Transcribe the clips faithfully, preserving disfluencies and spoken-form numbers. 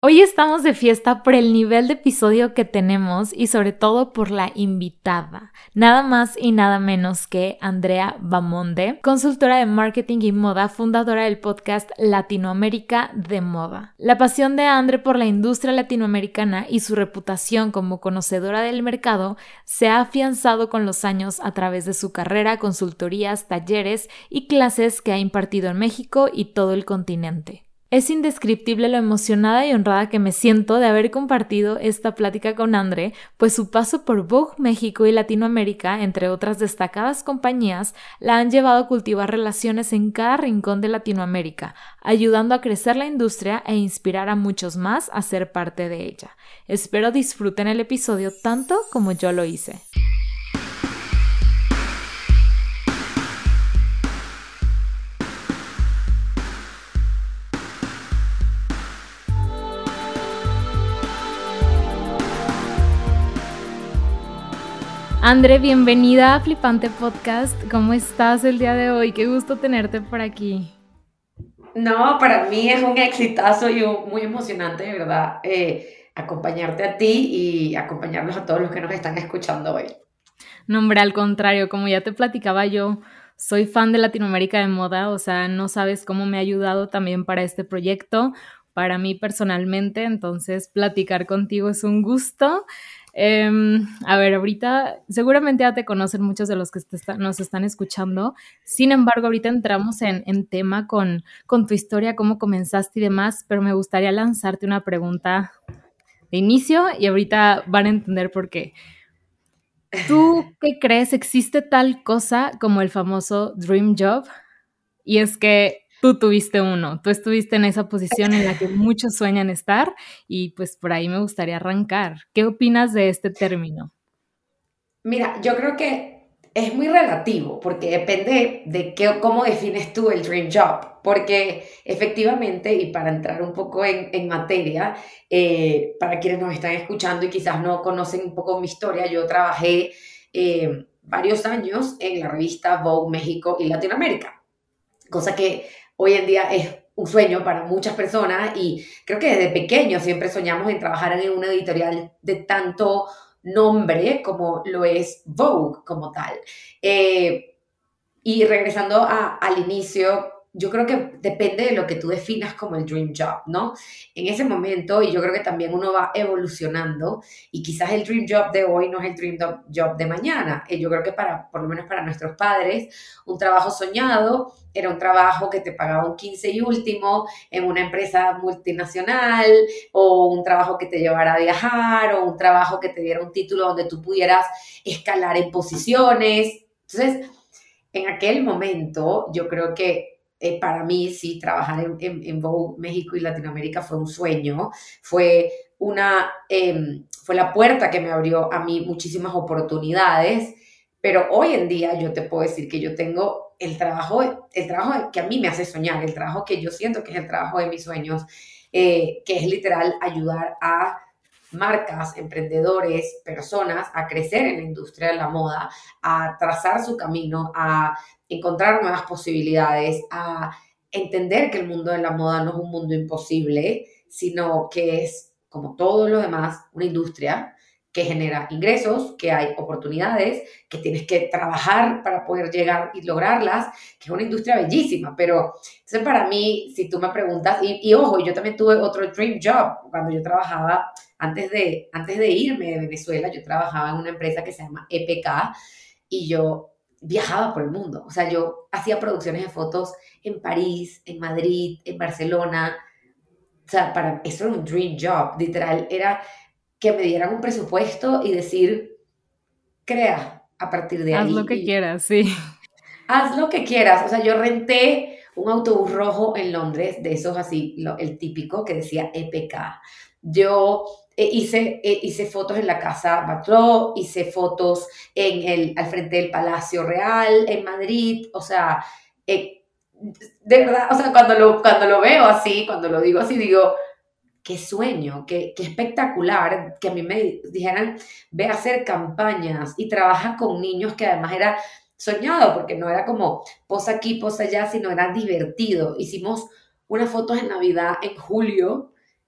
Hoy estamos de fiesta por el nivel de episodio que tenemos y sobre todo por la invitada, nada más y nada menos que Andrea Bamonde, consultora de marketing y moda, fundadora del podcast Latinoamérica de Moda. La pasión de Andre por la industria latinoamericana y su reputación como conocedora del mercado se ha afianzado con los años a través de su carrera, consultorías, talleres y clases que ha impartido en México y todo el continente. Es indescriptible lo emocionada y honrada que me siento de haber compartido esta plática con Andre, pues su paso por Vogue México y Latinoamérica, entre otras destacadas compañías, la han llevado a cultivar relaciones en cada rincón de Latinoamérica, ayudando a crecer la industria e inspirar a muchos más a ser parte de ella. Espero disfruten el episodio tanto como yo lo hice. Andre, bienvenida a Flipante Podcast. ¿Cómo estás el día de hoy? Qué gusto tenerte por aquí. No, para mí es un exitazo y un- muy emocionante, de verdad, eh, acompañarte a ti y acompañarnos a todos los que nos están escuchando hoy. No, hombre, al contrario, como ya te platicaba yo, soy fan de Latinoamérica de Moda, o sea, no sabes cómo me ha ayudado también para este proyecto, para mí personalmente, entonces platicar contigo es un gusto. Eh, a ver, ahorita seguramente ya te conocen muchos de los que te está- nos están escuchando, sin embargo, ahorita entramos en, en tema con, con tu historia, cómo comenzaste y demás, pero me gustaría lanzarte una pregunta de inicio y ahorita van a entender por qué. ¿Tú qué crees? ¿Existe tal cosa como el famoso dream job? Y es que tú tuviste uno, tú estuviste en esa posición en la que muchos sueñan estar y pues por ahí me gustaría arrancar. ¿Qué opinas de este término? Mira, yo creo que es muy relativo porque depende de qué, cómo defines tú el dream job. Porque efectivamente, y para entrar un poco en, en materia, eh, para quienes nos están escuchando y quizás no conocen un poco mi historia, yo trabajé eh, varios años en la revista Vogue México y Latinoamérica, cosa que hoy en día es un sueño para muchas personas y creo que desde pequeños siempre soñamos en trabajar en una editorial de tanto nombre como lo es Vogue como tal. Eh, y regresando a, al inicio, yo creo que depende de lo que tú definas como el dream job, ¿no? En ese momento, y yo creo que también uno va evolucionando, y quizás el dream job de hoy no es el dream job de mañana. Eh, Yo creo que para, por lo menos para nuestros padres, un trabajo soñado era un trabajo que te pagaba un quince y último en una empresa multinacional, o un trabajo que te llevara a viajar, o un trabajo que te diera un título donde tú pudieras escalar en posiciones. Entonces, en aquel momento, yo creo que eh, para mí sí, trabajar en, en, en Vogue México y Latinoamérica fue un sueño, fue, una, eh, fue la puerta que me abrió a mí muchísimas oportunidades, pero hoy en día yo te puedo decir que yo tengo el trabajo, el trabajo que a mí me hace soñar, el trabajo que yo siento que es el trabajo de mis sueños, eh, que es literal ayudar a marcas, emprendedores, personas a crecer en la industria de la moda, a trazar su camino, a encontrar nuevas posibilidades, a entender que el mundo de la moda no es un mundo imposible, sino que es, como todo lo demás, una industria que genera ingresos, que hay oportunidades, que tienes que trabajar para poder llegar y lograrlas, que es una industria bellísima. Pero entonces para mí, si tú me preguntas, y, y ojo, yo también tuve otro dream job cuando yo trabajaba, antes de, antes de irme de Venezuela, yo trabajaba en una empresa que se llama E P K y yo viajaba por el mundo. O sea, yo hacía producciones de fotos en París, en Madrid, en Barcelona. O sea, para eso era un dream job. Literal, era que me dieran un presupuesto y decir, crea a partir de Haz lo ahí que y quieras, sí. haz lo que quieras. O sea, yo renté un autobús rojo en Londres, de esos así, lo, el típico que decía E P K. Yo eh, hice, eh, hice fotos en la casa Batlló, hice fotos en el, al frente del Palacio Real, en Madrid. O sea, eh, de verdad, o sea, cuando lo, cuando lo veo así, cuando lo digo así, digo, qué sueño, qué, qué espectacular que a mí me dijeran, ve a hacer campañas y trabaja con niños, que además era soñado, porque no era como posa aquí, posa allá, sino era divertido. Hicimos unas fotos en Navidad en julio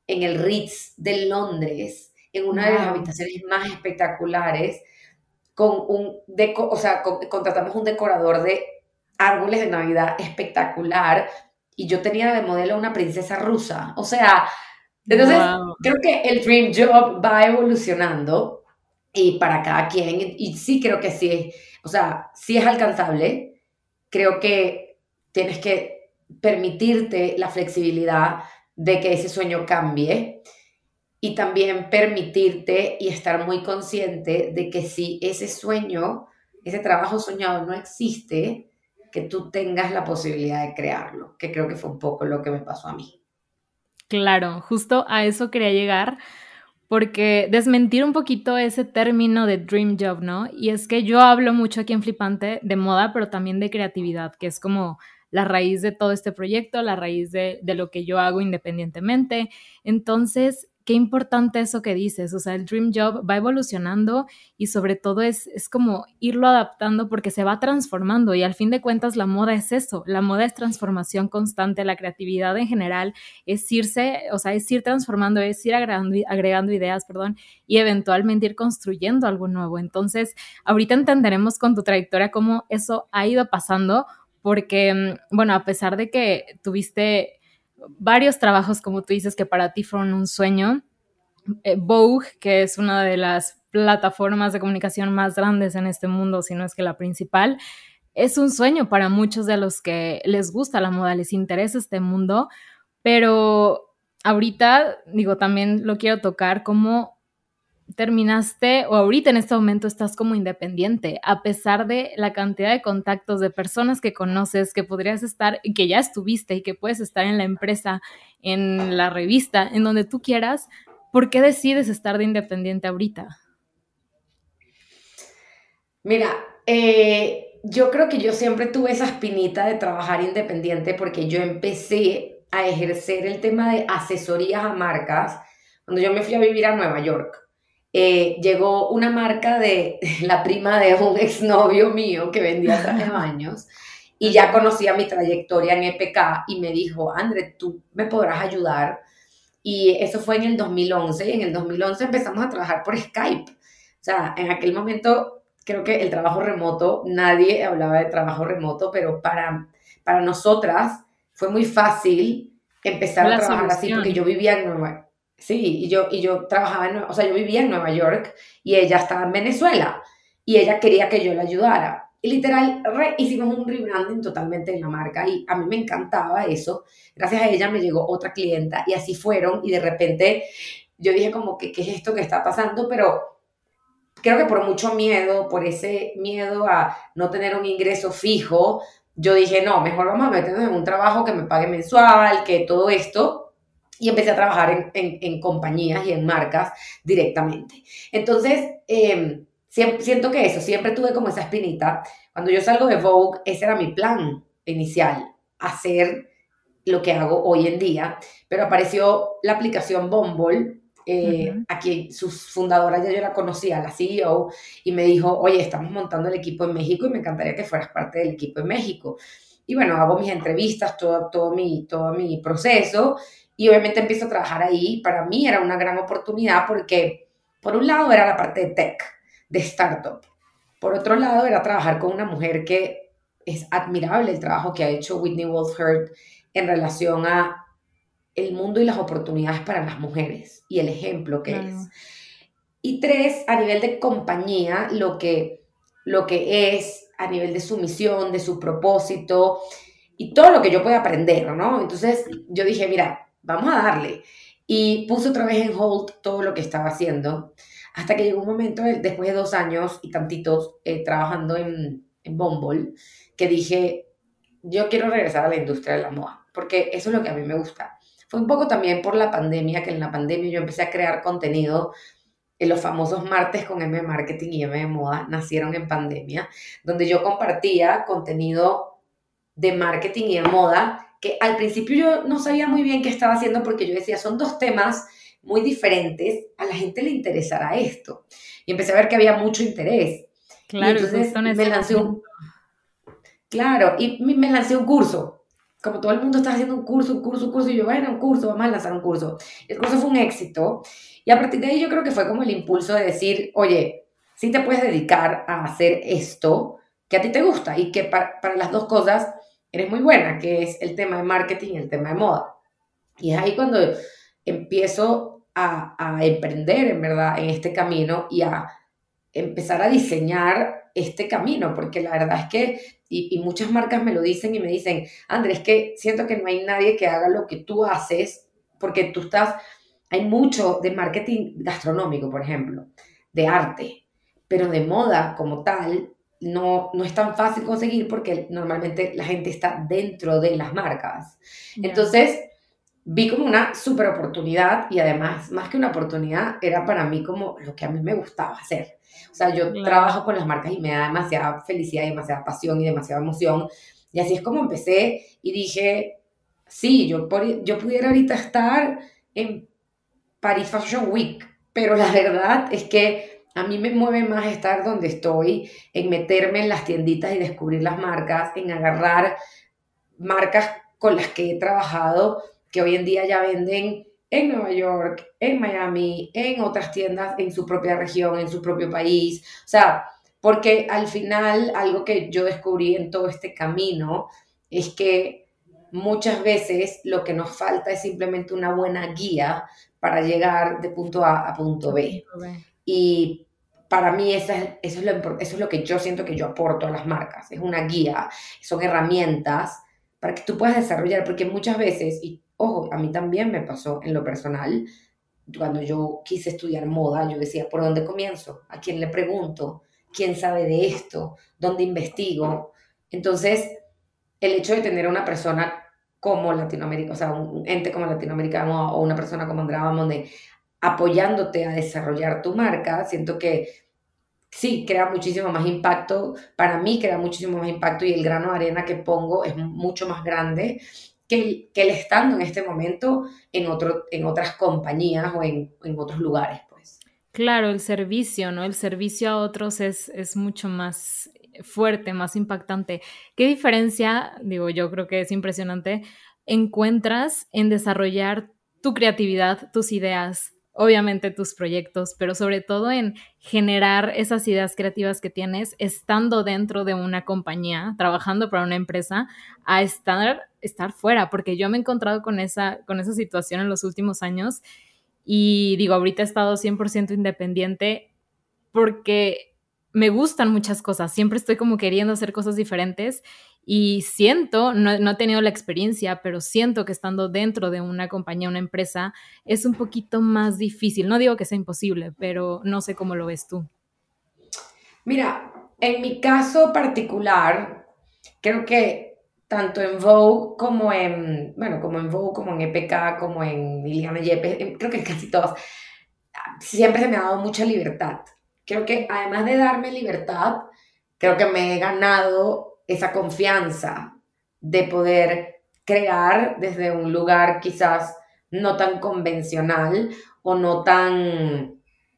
en el Ritz de Londres, en una de las Wow. habitaciones más espectaculares, con un deco, o sea, con- contratamos un decorador de árboles de Navidad espectacular y yo tenía de modelo a una princesa rusa. O sea, entonces Wow. creo que el Dream Job va evolucionando y para cada quien, y, y sí creo que sí, o sea, sí es alcanzable. Creo que tienes que permitirte la flexibilidad de que ese sueño cambie y también permitirte y estar muy consciente de que si ese sueño, ese trabajo soñado no existe, que tú tengas la posibilidad de crearlo, que creo que fue un poco lo que me pasó a mí. Claro, justo a eso quería llegar, porque desmentir un poquito ese término de dream job, ¿no? Y es que yo hablo mucho aquí en Flipante de moda, pero también de creatividad, que es como la raíz de todo este proyecto, la raíz de, de lo que yo hago independientemente. Entonces, qué importante eso que dices, o sea, el dream job va evolucionando y sobre todo es, es como irlo adaptando porque se va transformando y al fin de cuentas la moda es eso, la moda es transformación constante, la creatividad en general es irse, o sea, es ir transformando, es ir agregando, agregando ideas, perdón, y eventualmente ir construyendo algo nuevo. Entonces, ahorita entenderemos con tu trayectoria cómo eso ha ido pasando, porque, mm, bueno, a pesar de que tuviste varios trabajos, como tú dices, que para ti fueron un sueño, eh, Vogue, que es una de las plataformas de comunicación más grandes en este mundo, si no es que la principal, es un sueño para muchos de los que les gusta la moda, les interesa este mundo, pero ahorita, digo, también lo quiero tocar, cómo terminaste o ahorita en este momento estás como independiente, a pesar de la cantidad de contactos de personas que conoces, que podrías estar, que ya estuviste y que puedes estar en la empresa, en la revista, en donde tú quieras. ¿Por qué decides estar de independiente ahorita? Mira, eh, yo creo que yo siempre tuve esa espinita de trabajar independiente porque yo empecé a ejercer el tema de asesorías a marcas cuando yo me fui a vivir a Nueva York. Eh, llegó una marca de la prima de un exnovio mío que vendía traje de baños y ya Okay. conocía mi trayectoria en E P K y me dijo, André, tú me podrás ayudar. Y eso fue en el dos mil once y en el dos mil once empezamos a trabajar por Skype. O sea, en aquel momento creo que el trabajo remoto, nadie hablaba de trabajo remoto, pero para, para nosotras fue muy fácil empezar Fue a la trabajar así porque solución. yo vivía en Nueva Sí, y yo, y yo trabajaba en, Nue- o sea, yo vivía en Nueva York y ella estaba en Venezuela y ella quería que yo la ayudara. Y literal, re- hicimos un rebranding totalmente en la marca y a mí me encantaba eso. Gracias a ella me llegó otra clienta y así fueron y de repente yo dije como que, ¿qué es esto que está pasando? Pero creo que por mucho miedo, por ese miedo a no tener un ingreso fijo, yo dije, no, mejor vamos a meternos en un trabajo que me pague mensual, que todo esto, y empecé a trabajar en, en, en compañías y en marcas directamente. Entonces, eh, siempre, siento que eso, siempre tuve como esa espinita. Cuando yo salgo de Vogue, ese era mi plan inicial, hacer lo que hago hoy en día, pero apareció la aplicación Bumble, eh, Ujú. aquí sus fundadoras ya yo la conocía, la C E O, y me dijo, oye, estamos montando el equipo en México y me encantaría que fueras parte del equipo en México. Y bueno, hago mis entrevistas, todo, todo, mi, todo mi proceso, y obviamente empiezo a trabajar ahí. Para mí era una gran oportunidad porque, por un lado, era la parte de tech, de startup. Por otro lado, era trabajar con una mujer que es admirable el trabajo que ha hecho Whitney Wolf Herd en relación a el mundo y las oportunidades para las mujeres y el ejemplo que es. Claro. Y tres, a nivel de compañía, lo que, lo que es a nivel de su misión, de su propósito y todo lo que yo pueda aprender, ¿no? Entonces yo dije, mira, vamos a darle. Y puse otra vez en hold todo lo que estaba haciendo, hasta que llegó un momento, después de dos años y tantitos eh, trabajando en, en Bumble, que dije, yo quiero regresar a la industria de la moda, porque eso es lo que a mí me gusta. Fue un poco también por la pandemia, que en la pandemia yo empecé a crear contenido. En los famosos martes con M de Marketing y M de Moda nacieron en pandemia, donde yo compartía contenido de marketing y de moda, que al principio yo no sabía muy bien qué estaba haciendo porque yo decía, son dos temas muy diferentes, a la gente le interesará esto. Y empecé a ver que había mucho interés. Y Claro, y justo entonces en me ese lancé momento. un, claro, y me lancé un curso. como todo el mundo está haciendo un curso, un curso, un curso, y yo, bueno, un curso, vamos a lanzar un curso. El curso fue un éxito, y a partir de ahí yo creo que fue como el impulso de decir, oye, sí te puedes dedicar a hacer esto que a ti te gusta, y que para, para las dos cosas eres muy buena, que es el tema de marketing y el tema de moda. Y es ahí cuando empiezo a, a emprender, en verdad, en este camino y a empezar a diseñar este camino, porque la verdad es que, y, y muchas marcas me lo dicen y me dicen, Andrés, es que siento que no hay nadie que haga lo que tú haces, porque tú estás, hay mucho de marketing gastronómico, por ejemplo, de arte, pero de moda como tal, no, no es tan fácil conseguir porque normalmente la gente está dentro de las marcas. Ya. Entonces, vi como una super oportunidad y además, más que una oportunidad, era para mí como lo que a mí me gustaba hacer. O sea, yo Claro. trabajo con las marcas y me da demasiada felicidad y demasiada pasión y demasiada emoción. Y así es como empecé y dije, sí, yo, por- yo pudiera ahorita estar en Paris Fashion Week, pero la verdad es que a mí me mueve más estar donde estoy, en meterme en las tienditas y descubrir las marcas, en agarrar marcas con las que he trabajado, que hoy en día ya venden en Nueva York, en Miami, en otras tiendas, en su propia región, en su propio país. O sea, porque al final algo que yo descubrí en todo este camino es que muchas veces lo que nos falta es simplemente una buena guía para llegar de punto A a punto A B. punto B. Y para mí esa es- eso, es lo, impor- eso es lo que yo siento que yo aporto a las marcas. Es una guía, son herramientas para que tú puedas desarrollar, porque muchas veces, y ojo, a mí también me pasó en lo personal, cuando yo quise estudiar moda, yo decía, ¿por dónde comienzo? ¿A quién le pregunto? ¿Quién sabe de esto? ¿Dónde investigo? Entonces, el hecho de tener a una persona como Latinoamérica, o sea, un ente como Latinoamérica o una persona como Andrea Bamonde apoyándote a desarrollar tu marca, siento que sí, crea muchísimo más impacto. Para mí crea muchísimo más impacto y el grano de arena que pongo es mucho más grande que el, que el estando en este momento en, otro, en otras compañías o en, en otros lugares, pues. Claro, el servicio, ¿no? El servicio a otros es, es mucho más fuerte, más impactante. ¿Qué diferencia, digo, yo creo que es impresionante, encuentras en desarrollar tu creatividad, tus ideas, obviamente tus proyectos, pero sobre todo en generar esas ideas creativas que tienes estando dentro de una compañía, trabajando para una empresa, a estar, estar fuera? Porque yo me he encontrado con esa, con esa situación en los últimos años y digo, ahorita he estado cien por ciento independiente porque me gustan muchas cosas, siempre estoy como queriendo hacer cosas diferentes y siento, no, no he tenido la experiencia, pero siento que estando dentro de una compañía, una empresa, es un poquito más difícil. No digo que sea imposible, pero no sé cómo lo ves tú. Mira, en mi caso particular, creo que tanto en Vogue como en, bueno, como en Vogue, como en E P K, como en Liliana Yepes, en- creo que en casi todas, siempre se me ha dado mucha libertad. Creo que además de darme libertad, creo que me he ganado esa confianza de poder crear desde un lugar quizás no tan convencional o no tan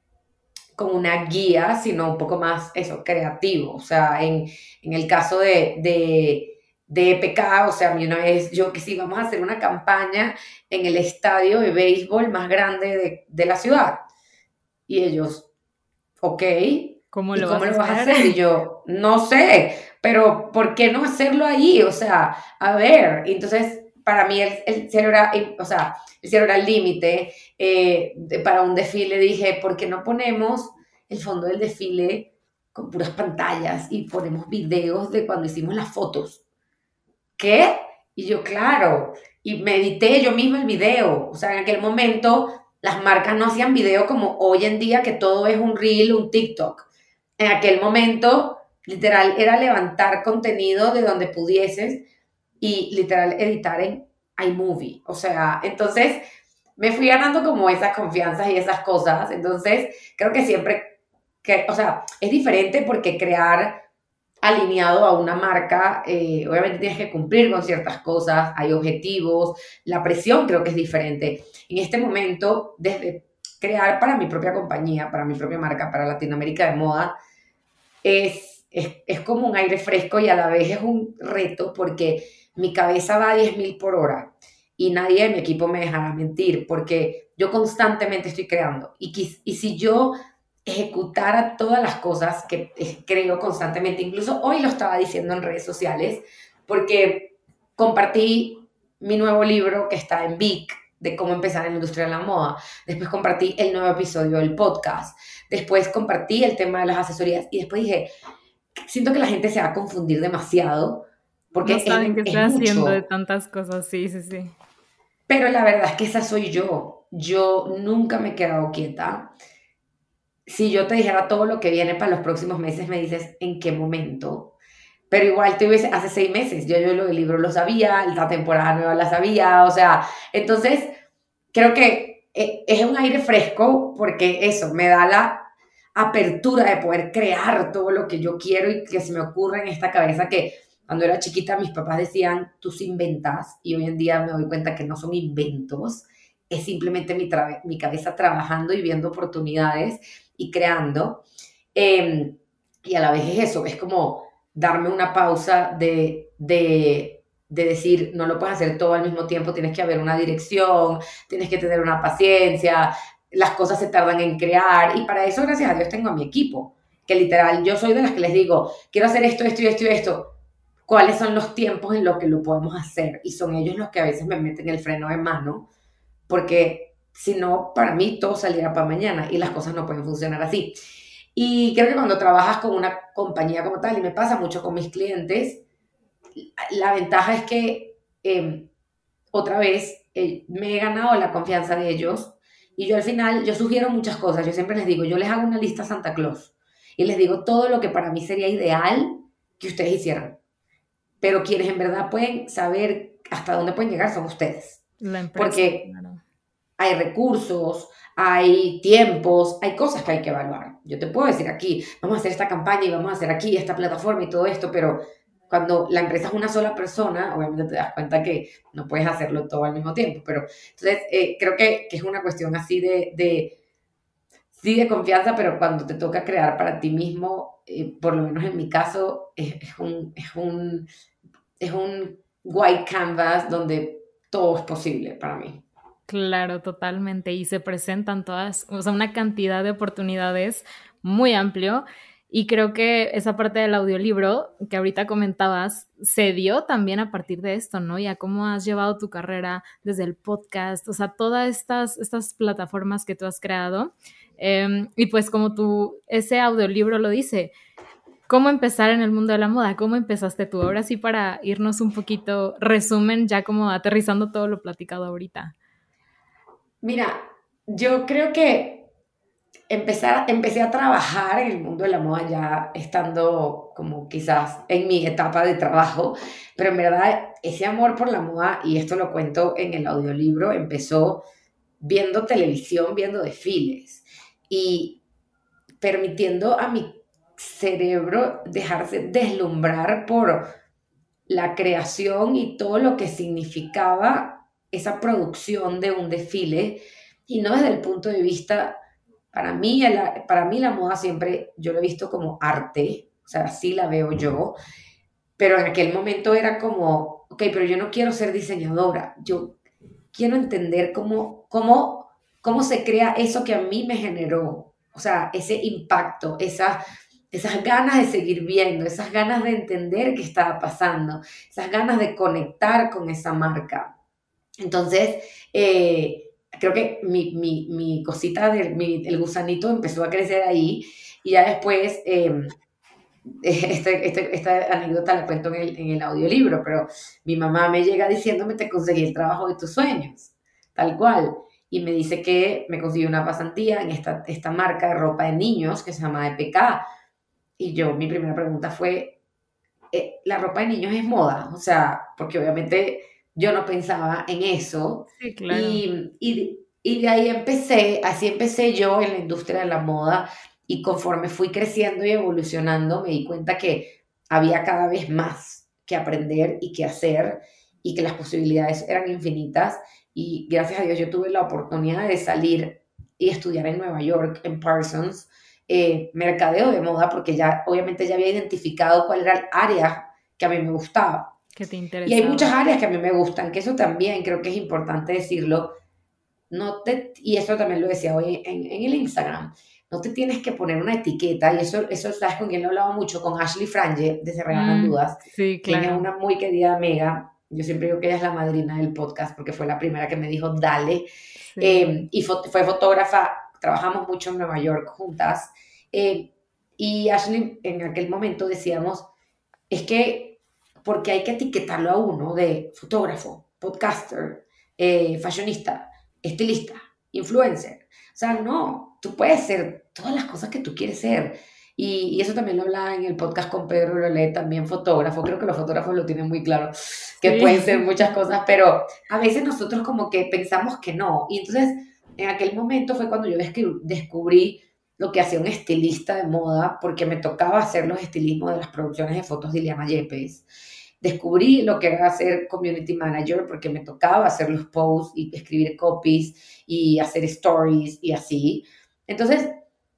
con una guía, sino un poco más, eso, creativo. O sea, en, en el caso de, de, de E P K, o sea, a mí una vez, yo que sí, vamos a hacer una campaña en el estadio de béisbol más grande de, de la ciudad. Y ellos, ok, ¿Cómo ¿y lo vas cómo a lo vas a hacer? hacer? Y yo, no sé, pero ¿por qué no hacerlo ahí? O sea, a ver, y entonces para mí el, el cielo era, eh, o sea, el cielo era el límite. Eh, de- para un desfile dije, ¿por qué no ponemos el fondo del desfile con puras pantallas y ponemos videos de cuando hicimos las fotos? ¿Qué? Y yo, claro, y me edité yo misma el video. O sea, en aquel momento las marcas no hacían video como hoy en día que todo es un reel, un TikTok. En aquel momento, literal, era levantar contenido de donde pudieses y literal editar en iMovie. O sea, entonces me fui ganando como esas confianzas y esas cosas. Entonces, creo que siempre, que, o sea, es diferente porque crear alineado a una marca, eh, obviamente tienes que cumplir con ciertas cosas, hay objetivos, la presión creo que es diferente. En este momento, desde crear para mi propia compañía, para mi propia marca, para Latinoamérica de moda, es, es, es como un aire fresco y a la vez es un reto porque mi cabeza va a diez mil por hora y nadie de mi equipo me dejará mentir porque yo constantemente estoy creando. Y, quis, y si yo ejecutara todas las cosas que creo constantemente, incluso hoy lo estaba diciendo en redes sociales, porque compartí mi nuevo libro que está en Vic, de cómo empezar en la industria de la moda. Después compartí el nuevo episodio del podcast. Después compartí el tema de las asesorías. Y después dije, siento que la gente se va a confundir demasiado porque No saben es, qué es estoy haciendo de mucho. tantas cosas, sí, sí, sí. Pero la verdad es que esa soy yo. Yo nunca me he quedado quieta. Si yo te dijera todo lo que viene para los próximos meses, me dices, ¿en qué momento? Pero igual te hubiese, hace seis meses, yo, yo lo del libro lo sabía, la temporada nueva la sabía, o sea, entonces creo que eh, es un aire fresco porque eso me da la apertura de poder crear todo lo que yo quiero y que se me ocurre en esta cabeza que cuando era chiquita mis papás decían, tú inventas, y hoy en día me doy cuenta que no son inventos, es simplemente mi, mi cabeza trabajando y viendo oportunidades y creando. Eh, y a la vez es eso, es como darme una pausa de, de, de decir, no lo puedes hacer todo al mismo tiempo, tienes que haber una dirección, tienes que tener una paciencia, las cosas se tardan en crear, y para eso, gracias a Dios, tengo a mi equipo, que literal, yo soy de las que les digo, quiero hacer esto, esto y esto y esto, ¿cuáles son los tiempos en los que lo podemos hacer? Y son ellos los que a veces me meten el freno de mano, porque si no, para mí todo saliera para mañana, y las cosas no pueden funcionar así. Y creo que cuando trabajas con una compañía como tal, y me pasa mucho con mis clientes, la ventaja es que, eh, otra vez, eh, me he ganado la confianza de ellos y yo al final, yo sugiero muchas cosas. Yo siempre les digo, yo les hago una lista Santa Claus y les digo todo lo que para mí sería ideal que ustedes hicieran. Pero quienes en verdad pueden saber hasta dónde pueden llegar son ustedes. La empresa, Porque claro. Hay recursos, hay tiempos, hay cosas que hay que evaluar. Yo te puedo decir aquí, vamos a hacer esta campaña y vamos a hacer aquí esta plataforma y todo esto, pero cuando la empresa es una sola persona, obviamente te das cuenta que no puedes hacerlo todo al mismo tiempo. Pero entonces eh, creo que, que es una cuestión así de, de, sí de confianza, pero cuando te toca crear para ti mismo, eh, por lo menos en mi caso, es, es, un, es, un, es un white canvas donde todo es posible para mí. Claro, totalmente. Y se presentan todas, o sea, una cantidad de oportunidades muy amplio. Y creo que esa parte del audiolibro que ahorita comentabas se dio también a partir de esto, ¿no? Y a cómo has llevado tu carrera desde el podcast, o sea, todas estas, estas plataformas que tú has creado. Eh, y pues como tú, ese audiolibro lo dice, ¿cómo empezar en el mundo de la moda? ¿Cómo empezaste tú? Ahora sí, para irnos un poquito, resumen, ya como aterrizando todo lo platicado ahorita. Mira, yo creo que empezar, empecé a trabajar en el mundo de la moda ya estando como quizás en mi etapa de trabajo, pero en verdad ese amor por la moda, y esto lo cuento en el audiolibro, empezó viendo televisión, viendo desfiles y permitiendo a mi cerebro dejarse deslumbrar por la creación y todo lo que significaba esa producción de un desfile, y no desde el punto de vista, para mí, para mí la moda siempre yo lo he visto como arte, o sea, así la veo yo, pero en aquel momento era como, ok, pero yo no quiero ser diseñadora, yo quiero entender cómo, cómo, cómo se crea eso que a mí me generó, o sea, ese impacto, esa, esas ganas de seguir viendo, esas ganas de entender qué estaba pasando, esas ganas de conectar con esa marca. Entonces, eh, creo que mi, mi, mi cosita, de, mi, el gusanito empezó a crecer ahí y ya después, eh, este, este, esta anécdota la cuento en el, en el audiolibro, pero mi mamá me llega diciéndome, te conseguí el trabajo de tus sueños, tal cual. Y me dice que me consiguió una pasantía en esta, esta marca de ropa de niños que se llama E P K. Y yo, mi primera pregunta fue, eh, ¿la ropa de niños es moda? O sea, porque obviamente yo no pensaba en eso. Sí, claro. Y, y, y de ahí empecé, así empecé yo en la industria de la moda, y conforme fui creciendo y evolucionando me di cuenta que había cada vez más que aprender y que hacer y que las posibilidades eran infinitas, y gracias a Dios yo tuve la oportunidad de salir y estudiar en Nueva York, en Parsons, eh, mercadeo de moda porque ya obviamente ya había identificado cuál era el área que a mí me gustaba. Que te Y hay muchas interesaba. áreas que a mí me gustan, que eso también creo que es importante decirlo. No te, y eso también lo decía hoy en, en el Instagram, no te tienes que poner una etiqueta, y eso, eso sabes con quién lo hablaba mucho, con Ashley Franje, de Se Regalan Mm, Dudas, sí, que ella es claro. una muy querida amiga, yo siempre digo que ella es la madrina del podcast, porque fue la primera que me dijo, dale, eh, Sí. y fo fue fotógrafa, trabajamos mucho en Nueva York juntas, eh, y Ashley en aquel momento decíamos, es que, porque hay que etiquetarlo a uno de fotógrafo, podcaster, eh, fashionista, estilista, influencer. O sea, no, tú puedes ser todas las cosas que tú quieres ser. Y, y eso también lo hablaba en el podcast con Pedro Lolé, también fotógrafo. Creo que los fotógrafos lo tienen muy claro, que pueden ser Sí. muchas cosas, pero a veces nosotros como que pensamos que no. Y entonces, en aquel momento fue cuando yo descubrí lo que hacía un estilista de moda, porque me tocaba hacer los estilismos de las producciones de fotos de Ileana Yepes. Descubrí lo que era ser community manager, porque me tocaba hacer los posts y escribir copies y hacer stories y así. Entonces,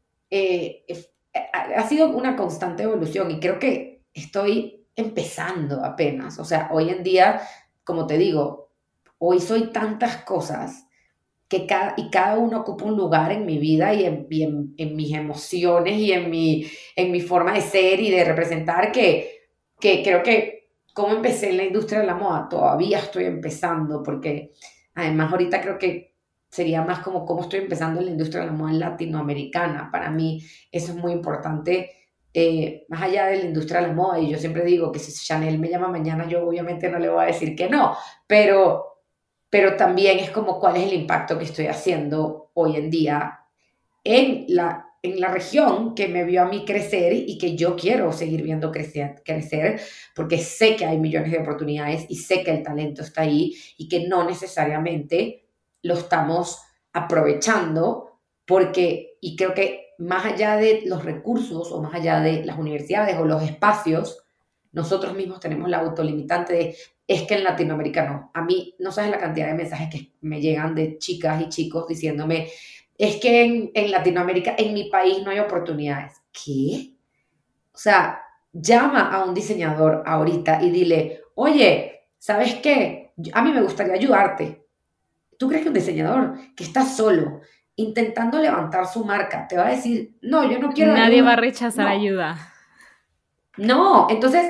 eh, ha sido una constante evolución y creo que estoy empezando apenas. O sea, hoy en día, como te digo, hoy soy tantas cosas que cada, y cada uno ocupa un lugar en mi vida y en, y en, en mis emociones y en mi, en mi forma de ser y de representar que, que creo que como empecé en la industria de la moda, todavía estoy empezando porque además ahorita creo que sería más como cómo estoy empezando en la industria de la moda latinoamericana. Para mí eso es muy importante, eh, más allá de la industria de la moda, y yo siempre digo que si Chanel me llama mañana, yo obviamente no le voy a decir que no, pero pero también es como cuál es el impacto que estoy haciendo hoy en día en la, en la región que me vio a mí crecer y que yo quiero seguir viendo crecer, crecer, porque sé que hay millones de oportunidades y sé que el talento está ahí y que no necesariamente lo estamos aprovechando porque, y creo que más allá de los recursos o más allá de las universidades o los espacios, nosotros mismos tenemos la autolimitante de es que en Latinoamérica no. A mí no sabes la cantidad de mensajes que me llegan de chicas y chicos diciéndome, es que en, en Latinoamérica, en mi país no hay oportunidades. ¿Qué? O sea, llama a un diseñador ahorita y dile, oye, ¿sabes qué? A mí me gustaría ayudarte. ¿Tú crees que un diseñador que está solo, intentando levantar su marca, te va a decir, no, yo no quiero Nadie va a ayuda? rechazar No, ayuda. no. Entonces,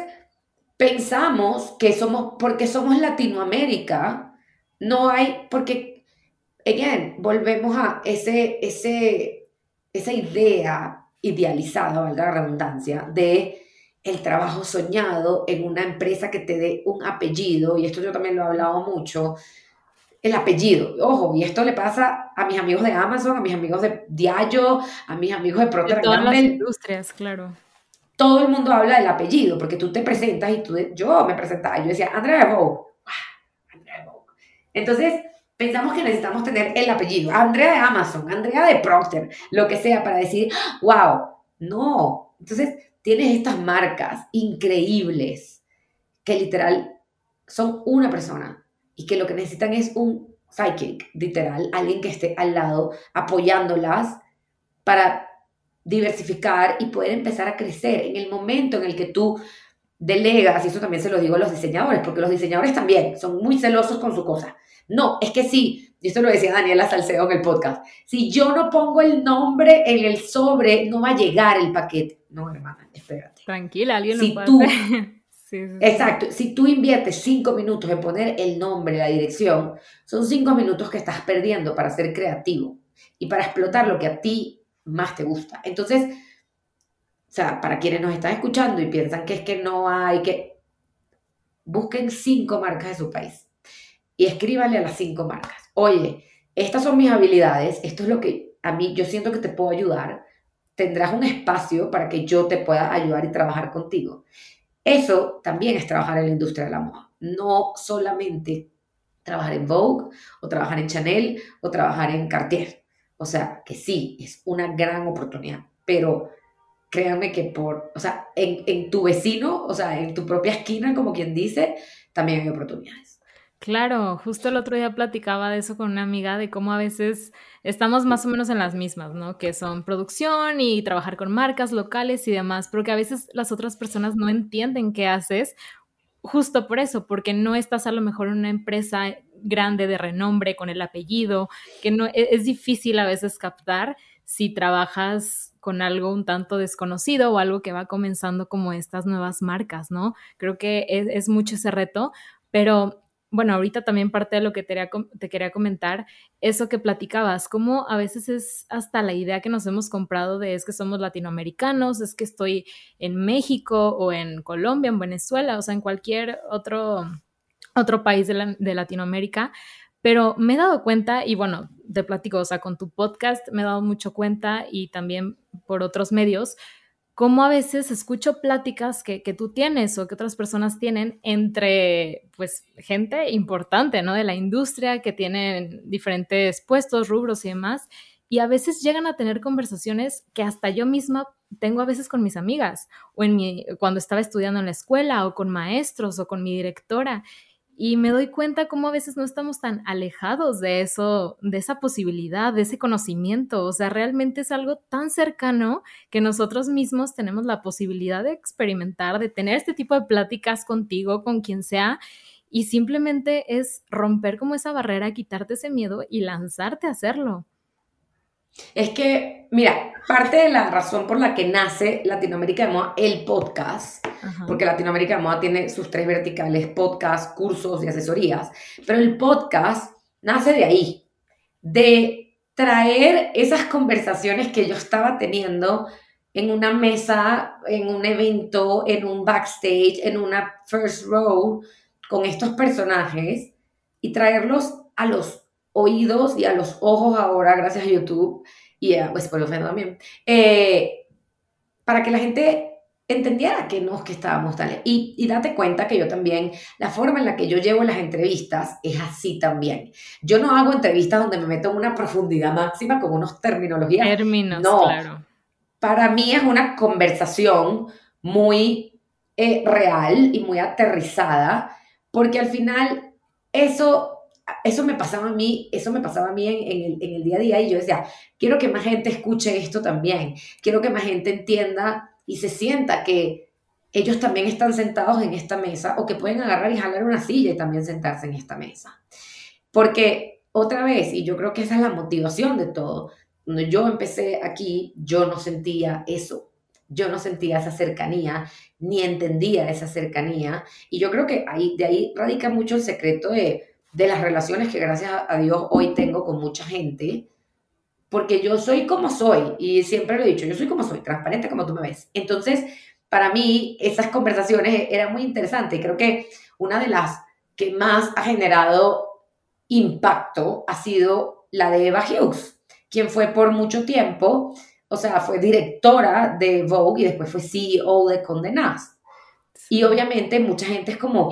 pensamos que somos, porque somos Latinoamérica, no hay, porque, again, volvemos a ese, ese, esa idea idealizada, valga la redundancia, de el trabajo soñado en una empresa que te dé un apellido, y esto yo también lo he hablado mucho, el apellido, ojo, y esto le pasa a mis amigos de Amazon, a mis amigos de Diageo, a mis amigos de De Procter todas las Gamble, industrias, claro. todo el mundo habla del apellido, porque tú te presentas y tú, yo me presentaba, yo decía, Andrea de Vogue, Andrea de Vogue. Entonces, pensamos que necesitamos tener el apellido, Andrea de Amazon, Andrea de Procter, lo que sea, para decir, wow, no. Entonces, tienes estas marcas increíbles que literal son una persona y que lo que necesitan es un sidekick, literal, alguien que esté al lado apoyándolas para diversificar y poder empezar a crecer en el momento en el que tú delegas, y eso también se lo digo a los diseñadores, porque los diseñadores también son muy celosos con su cosa. No, es que sí, y esto lo decía Daniela Salcedo en el podcast, si yo no pongo el nombre en el sobre, no va a llegar el paquete. No, hermana, espérate. Tranquila, alguien lo Si puede hacer. tú, Sí, sí, sí. exacto, si tú inviertes cinco minutos en poner el nombre, la dirección, son cinco minutos que estás perdiendo para ser creativo y para explotar lo que a ti más te gusta. Entonces, o sea, para quienes nos están escuchando y piensan que es que no hay que, busquen cinco marcas de su país y escríbanle a las cinco marcas. Oye, estas son mis habilidades, esto es lo que a mí yo siento que te puedo ayudar. Tendrás un espacio para que yo te pueda ayudar y trabajar contigo. Eso también es trabajar en la industria de la moda. No solamente trabajar en Vogue o trabajar en Chanel o trabajar en Cartier. O sea, que sí, es una gran oportunidad, pero créanme que por, o sea, en, en tu vecino, o sea, en tu propia esquina, como quien dice, también hay oportunidades. Claro, justo el otro día platicaba de eso con una amiga, de cómo a veces estamos más o menos en las mismas, ¿no? Que son producción y trabajar con marcas locales y demás, pero que a veces las otras personas no entienden qué haces justo por eso, porque no estás a lo mejor en una empresa grande de renombre con el apellido, que no e- es difícil a veces captar si trabajas con algo un tanto desconocido o algo que va comenzando como estas nuevas marcas, ¿no? Creo que es, es mucho ese reto, pero bueno, ahorita también parte de lo que te quería, com- te quería comentar, eso que platicabas, como a veces es hasta la idea que nos hemos comprado de es que somos latinoamericanos, es que estoy en México o en Colombia, en Venezuela, o sea, en cualquier otro, otro país de, la, de Latinoamérica. Pero me he dado cuenta, y bueno, te platico, o sea, con tu podcast me he dado mucho cuenta y también por otros medios, cómo a veces escucho pláticas que, que tú tienes o que otras personas tienen entre, pues, gente importante, ¿no? De la industria, que tienen diferentes puestos, rubros y demás, y a veces llegan a tener conversaciones que hasta yo misma tengo a veces con mis amigas, o en mi, cuando estaba estudiando en la escuela, o con maestros, o con mi directora, y me doy cuenta cómo a veces no estamos tan alejados de eso, de esa posibilidad, de ese conocimiento, o sea, realmente es algo tan cercano que nosotros mismos tenemos la posibilidad de experimentar, de tener este tipo de pláticas contigo, con quien sea, y simplemente es romper como esa barrera, quitarte ese miedo y lanzarte a hacerlo. Es que, mira, parte de la razón por la que nace Latinoamérica de Moda, el podcast, Ajá. porque Latinoamérica de Moda tiene sus tres verticales, podcast, cursos y asesorías, pero el podcast nace de ahí, de traer esas conversaciones que yo estaba teniendo en una mesa, en un evento, en un backstage, en una first row, con estos personajes y traerlos a los oídos y a los ojos ahora, gracias a YouTube y a pues, Spotify también, eh, para que la gente entendiera que no, que estábamos tal. Y, y date cuenta que yo también, la forma en la que yo llevo las entrevistas es así también. Yo no hago entrevistas donde me meto en una profundidad máxima con unas terminologías. Términos, No, claro. para mí es una conversación muy eh, real y muy aterrizada, porque al final eso, eso me pasaba a mí, eso me pasaba a mí en, en, el, en el día a día y yo decía, quiero que más gente escuche esto también, quiero que más gente entienda y se sienta que ellos también están sentados en esta mesa o que pueden agarrar y jalar una silla y también sentarse en esta mesa. Porque otra vez, y yo creo que esa es la motivación de todo, cuando yo empecé aquí, yo no sentía eso, yo no sentía esa cercanía, ni entendía esa cercanía, y yo creo que ahí, de ahí radica mucho el secreto de, de las relaciones que gracias a Dios hoy tengo con mucha gente, porque yo soy como soy, y siempre lo he dicho, yo soy como soy, transparente como tú me ves. Entonces, para mí, esas conversaciones eran muy interesantes, y creo que una de las que más ha generado impacto ha sido la de Eva Hughes, quien fue por mucho tiempo, o sea, fue directora de Vogue y después fue C E O de Condé Nast. Y Sí. obviamente mucha gente es como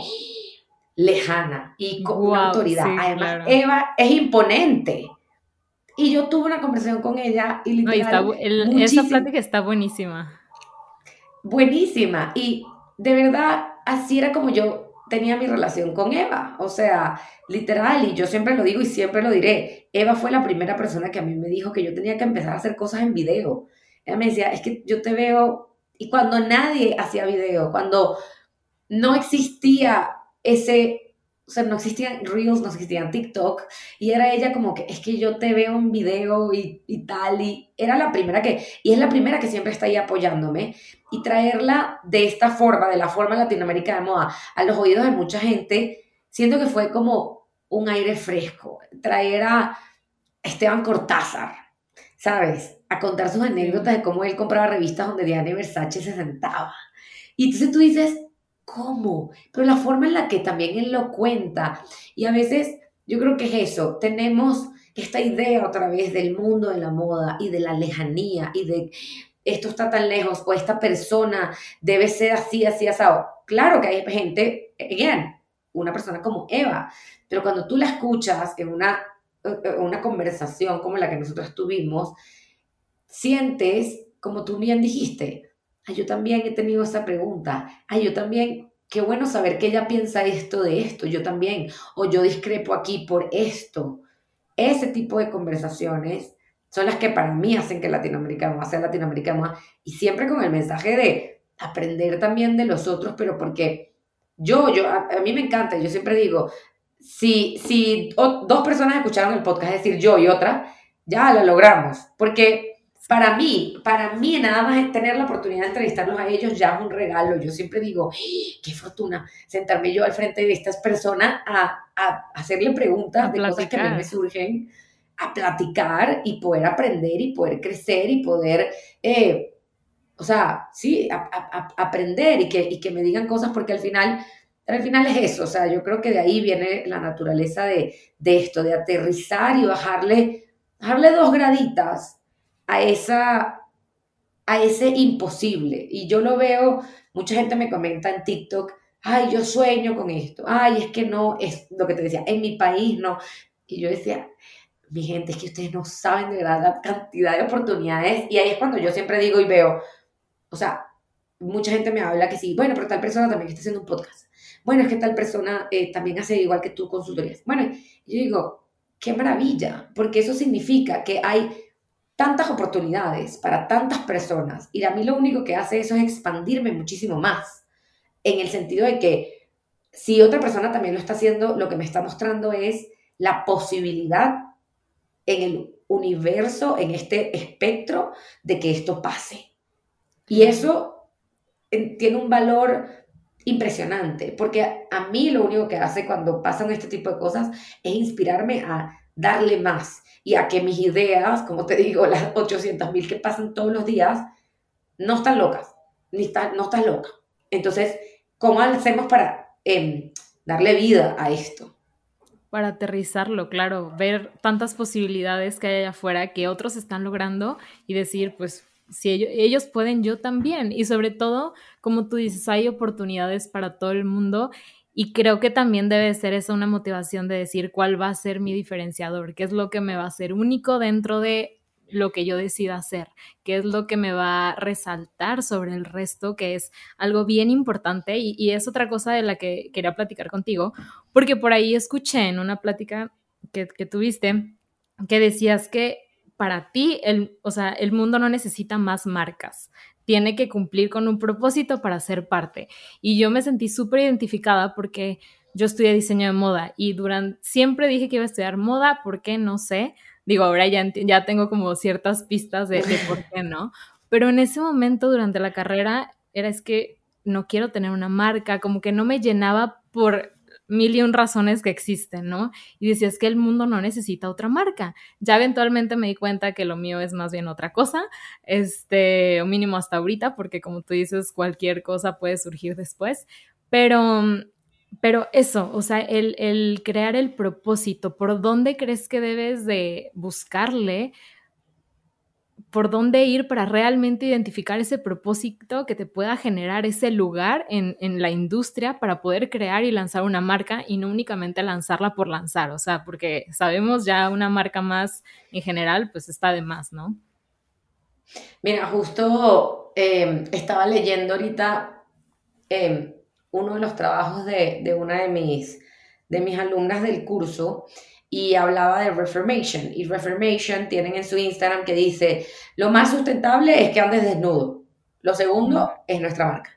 lejana y con una Wow, autoridad. sí, Además, claro. Eva es imponente. Y yo tuve una conversación con ella y No, y está, literal, bu- el- esa muchísimo, plática está buenísima. buenísima. Y de verdad, así era como yo tenía mi relación con Eva. O sea, literal, y yo siempre lo digo y siempre lo diré, Eva fue la primera persona que a mí me dijo que yo tenía que empezar a hacer cosas en video. Ella me decía, es que yo te veo, y cuando nadie hacía video, cuando no existía ese, o sea, no existían Reels, no existían TikTok, y era ella como que, es que yo te veo en video y, y tal, y era la primera que, y es la primera que siempre está ahí apoyándome, y traerla de esta forma, de la forma latinoamericana de moda, a los oídos de mucha gente, siento que fue como un aire fresco, traer a Esteban Cortázar, ¿sabes? A contar sus Sí. anécdotas de cómo él compraba revistas donde Diana Versace se sentaba. Y entonces tú dices, ¿cómo? Pero la forma en la que también él lo cuenta. Y a veces yo creo que es eso, tenemos esta idea otra vez del mundo de la moda y de la lejanía y de esto está tan lejos o esta persona debe ser así, así, asado. Claro que hay gente, again, una persona como Eva, pero cuando tú la escuchas en una, una conversación como la que nosotros tuvimos, sientes, como tú bien dijiste, ay, yo también he tenido esa pregunta, ay, yo también qué bueno saber que ella piensa esto de esto, yo también, o yo discrepo aquí por esto. Ese tipo de conversaciones son las que para mí hacen que Latinoamérica sea Latinoamérica, y siempre con el mensaje de aprender también de los otros, pero porque yo, yo a, a mí me encanta, yo siempre digo, si, si o, dos personas escucharon el podcast, es decir, yo y otra, ya lo logramos, porque para mí, para mí nada más tener la oportunidad de entrevistarlos a ellos ya es un regalo. Yo siempre digo, ¡ay, qué fortuna sentarme yo al frente de estas personas a, a hacerle preguntas A de cosas que a mí me platicar. surgen, a platicar y poder aprender y poder crecer y poder, eh, o sea, sí, a, a- a- aprender y que, y que me digan cosas, porque al final, al final es eso. O sea, yo creo que de ahí viene la naturaleza de, de esto, de aterrizar y bajarle, bajarle dos graditas a esa, a ese imposible. Y yo lo veo, mucha gente me comenta en TikTok, ay, yo sueño con esto, ay, es que no, es lo que te decía, en mi país no. Y yo decía, mi gente, es que ustedes no saben de verdad la cantidad de oportunidades. Y ahí es cuando yo siempre digo y veo, o sea, mucha gente me habla que sí, bueno, pero tal persona también está haciendo un podcast. Bueno, es que tal persona eh, también hace igual que tú consultorías. Bueno, yo digo, qué maravilla, porque eso significa que hay tantas oportunidades para tantas personas, y a mí lo único que hace eso es expandirme muchísimo más, en el sentido de que si otra persona también lo está haciendo, lo que me está mostrando es la posibilidad en el universo, en este espectro, de que esto pase. Y Claro. eso eh, tiene un valor impresionante, porque a mí lo único que hace cuando pasan este tipo de cosas es inspirarme a darle más y a que mis ideas, como te digo, las ochocientas mil que pasan todos los días, no están locas, ni está, no estás loca. Entonces, ¿cómo hacemos para eh, darle vida a esto? Para aterrizarlo, claro, ver tantas posibilidades que hay allá afuera que otros están logrando y decir, pues, si ellos, ellos pueden, yo también. Y sobre todo, como tú dices, hay oportunidades para todo el mundo y creo que también debe ser esa una motivación de decir cuál va a ser mi diferenciador, qué es lo que me va a hacer único dentro de lo que yo decida hacer, qué es lo que me va a resaltar sobre el resto, que es algo bien importante y, y es otra cosa de la que quería platicar contigo, porque por ahí escuché en una plática que, que tuviste que decías que para ti, el, o sea, el mundo no necesita más marcas, tiene que cumplir con un propósito para ser parte. Y yo me sentí súper identificada porque yo estudié diseño de moda y durante, siempre dije que iba a estudiar moda, ¿por qué? No sé. Digo, ahora ya, ya tengo como ciertas pistas de, de por qué no. Pero en ese momento, durante la carrera, era es que no quiero tener una marca, como que no me llenaba por mil y un razones que existen, ¿no? Y decías que el mundo no necesita otra marca. Ya eventualmente me di cuenta que lo mío es más bien otra cosa, este, o mínimo hasta ahorita, porque como tú dices, cualquier cosa puede surgir después, pero, pero eso, o sea, el, el crear el propósito, ¿por dónde crees que debes de buscarle? ¿Por dónde ir para realmente identificar ese propósito que te pueda generar ese lugar en, en, la industria para poder crear y lanzar una marca y no únicamente lanzarla por lanzar? O sea, porque sabemos ya una marca más en general, pues está de más, ¿no? Mira, justo eh, estaba leyendo ahorita eh, uno de los trabajos de, de una de mis, de mis alumnas del curso, y hablaba de Reformation. Y Reformation tienen en su Instagram que dice, lo más sustentable es que andes desnudo. Lo segundo es nuestra marca.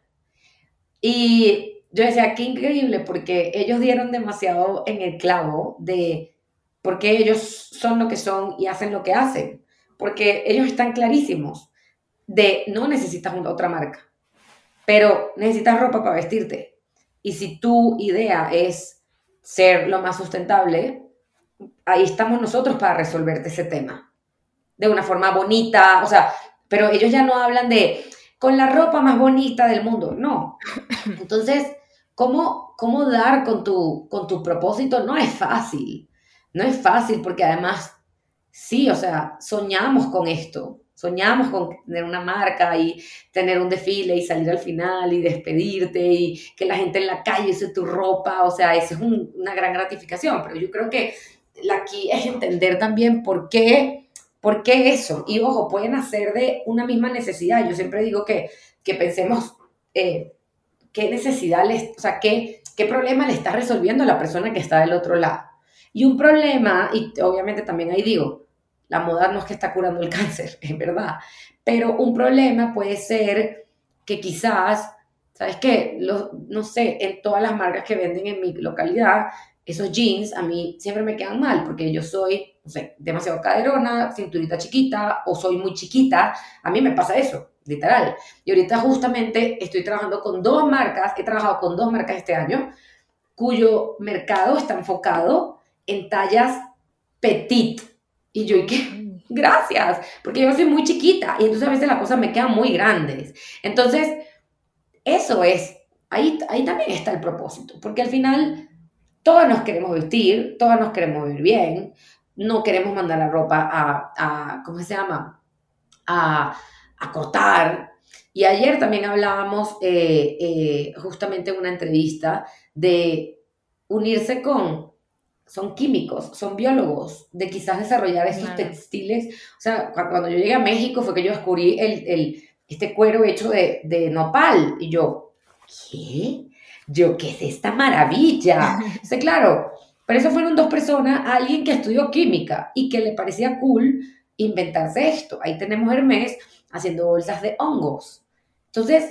Y yo decía, qué increíble, porque ellos dieron demasiado en el clavo de por qué ellos son lo que son y hacen lo que hacen. Porque ellos están clarísimos de no necesitas otra marca, pero necesitas ropa para vestirte. Y si tu idea es ser lo más sustentable, ahí estamos nosotros para resolverte ese tema. De una forma bonita, o sea, pero ellos ya no hablan de con la ropa más bonita del mundo, no. Entonces, ¿cómo, cómo dar con tu, con tu propósito? No es fácil, no es fácil porque además, sí, o sea, soñamos con esto, soñamos con tener una marca y tener un desfile y salir al final y despedirte y que la gente en la calle use tu ropa, o sea, eso es un, una gran gratificación, pero yo creo que la aquí es entender también por qué, por qué eso, y ojo, pueden hacer de una misma necesidad. Yo siempre digo que, que pensemos... Eh, qué necesidad, les, o sea, qué, qué problema le está resolviendo a la persona que está del otro lado. Y un problema, y obviamente también ahí digo, la moda no es que está curando el cáncer, es verdad, pero un problema puede ser que quizás, ¿sabes qué? Los, no sé, en todas las marcas que venden en mi localidad, esos jeans a mí siempre me quedan mal porque yo soy, no sé, demasiado caderona, cinturita chiquita o soy muy chiquita. A mí me pasa eso, literal. Y ahorita justamente estoy trabajando con dos marcas, he trabajado con dos marcas este año, cuyo mercado está enfocado en tallas petit. Y yo, ¿y qué? Gracias, porque yo soy muy chiquita y entonces a veces las cosas me quedan muy grandes. Entonces, eso es, ahí, ahí también está el propósito, porque al final todas nos queremos vestir, todas nos queremos ver bien, no queremos mandar la ropa a, a ¿cómo se llama? A, a cortar. Y ayer también hablábamos eh, eh, justamente en una entrevista de unirse con, son químicos, son biólogos, de quizás desarrollar esos Claro. textiles. O sea, cuando, cuando yo llegué a México fue que yo descubrí el, el, este cuero hecho de, de nopal. Y yo, ¿qué? Yo, ¿qué es esta maravilla? O sea, claro, pero eso fueron dos personas, alguien que estudió química y que le parecía cool inventarse esto. Ahí tenemos Hermès haciendo bolsas de hongos. Entonces,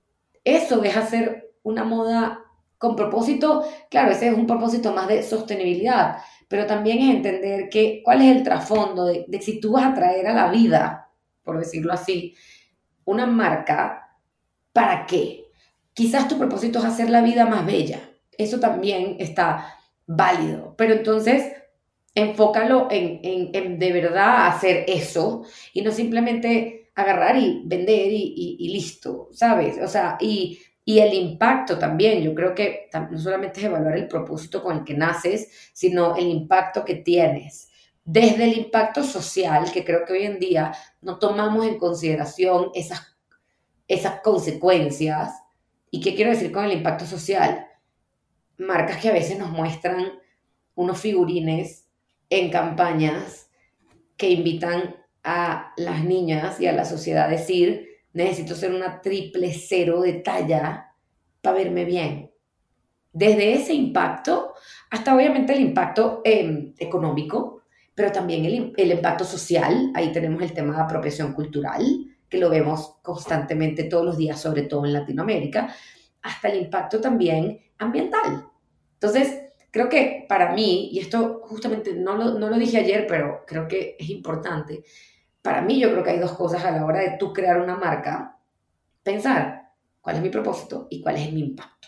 eso es hacer una moda con propósito. Claro, ese es un propósito más de sostenibilidad, pero también es entender que cuál es el trasfondo de, de si tú vas a traer a la vida, por decirlo así, una marca, ¿para qué? Quizás tu propósito es hacer la vida más bella. Eso también está válido, pero entonces enfócalo en, en, en de verdad hacer eso y no simplemente agarrar y vender y, y, y listo, ¿sabes? O sea, y, y el impacto también. Yo creo que no solamente es evaluar el propósito con el que naces, sino el impacto que tienes. Desde el impacto social, que creo que hoy en día no tomamos en consideración esas, esas consecuencias. ¿Y qué quiero decir con el impacto social? Marcas que a veces nos muestran unos figurines en campañas que invitan a las niñas y a la sociedad a decir, necesito ser una triple cero de talla para verme bien. Desde ese impacto hasta obviamente el impacto eh, económico, pero también el, el impacto social. Ahí tenemos el tema de apropiación cultural, que lo vemos constantemente todos los días, sobre todo en Latinoamérica, hasta el impacto también ambiental. Entonces, creo que para mí, y esto justamente no lo, no lo dije ayer, pero creo que es importante, para mí yo creo que hay dos cosas a la hora de tú crear una marca: pensar cuál es mi propósito y cuál es mi impacto.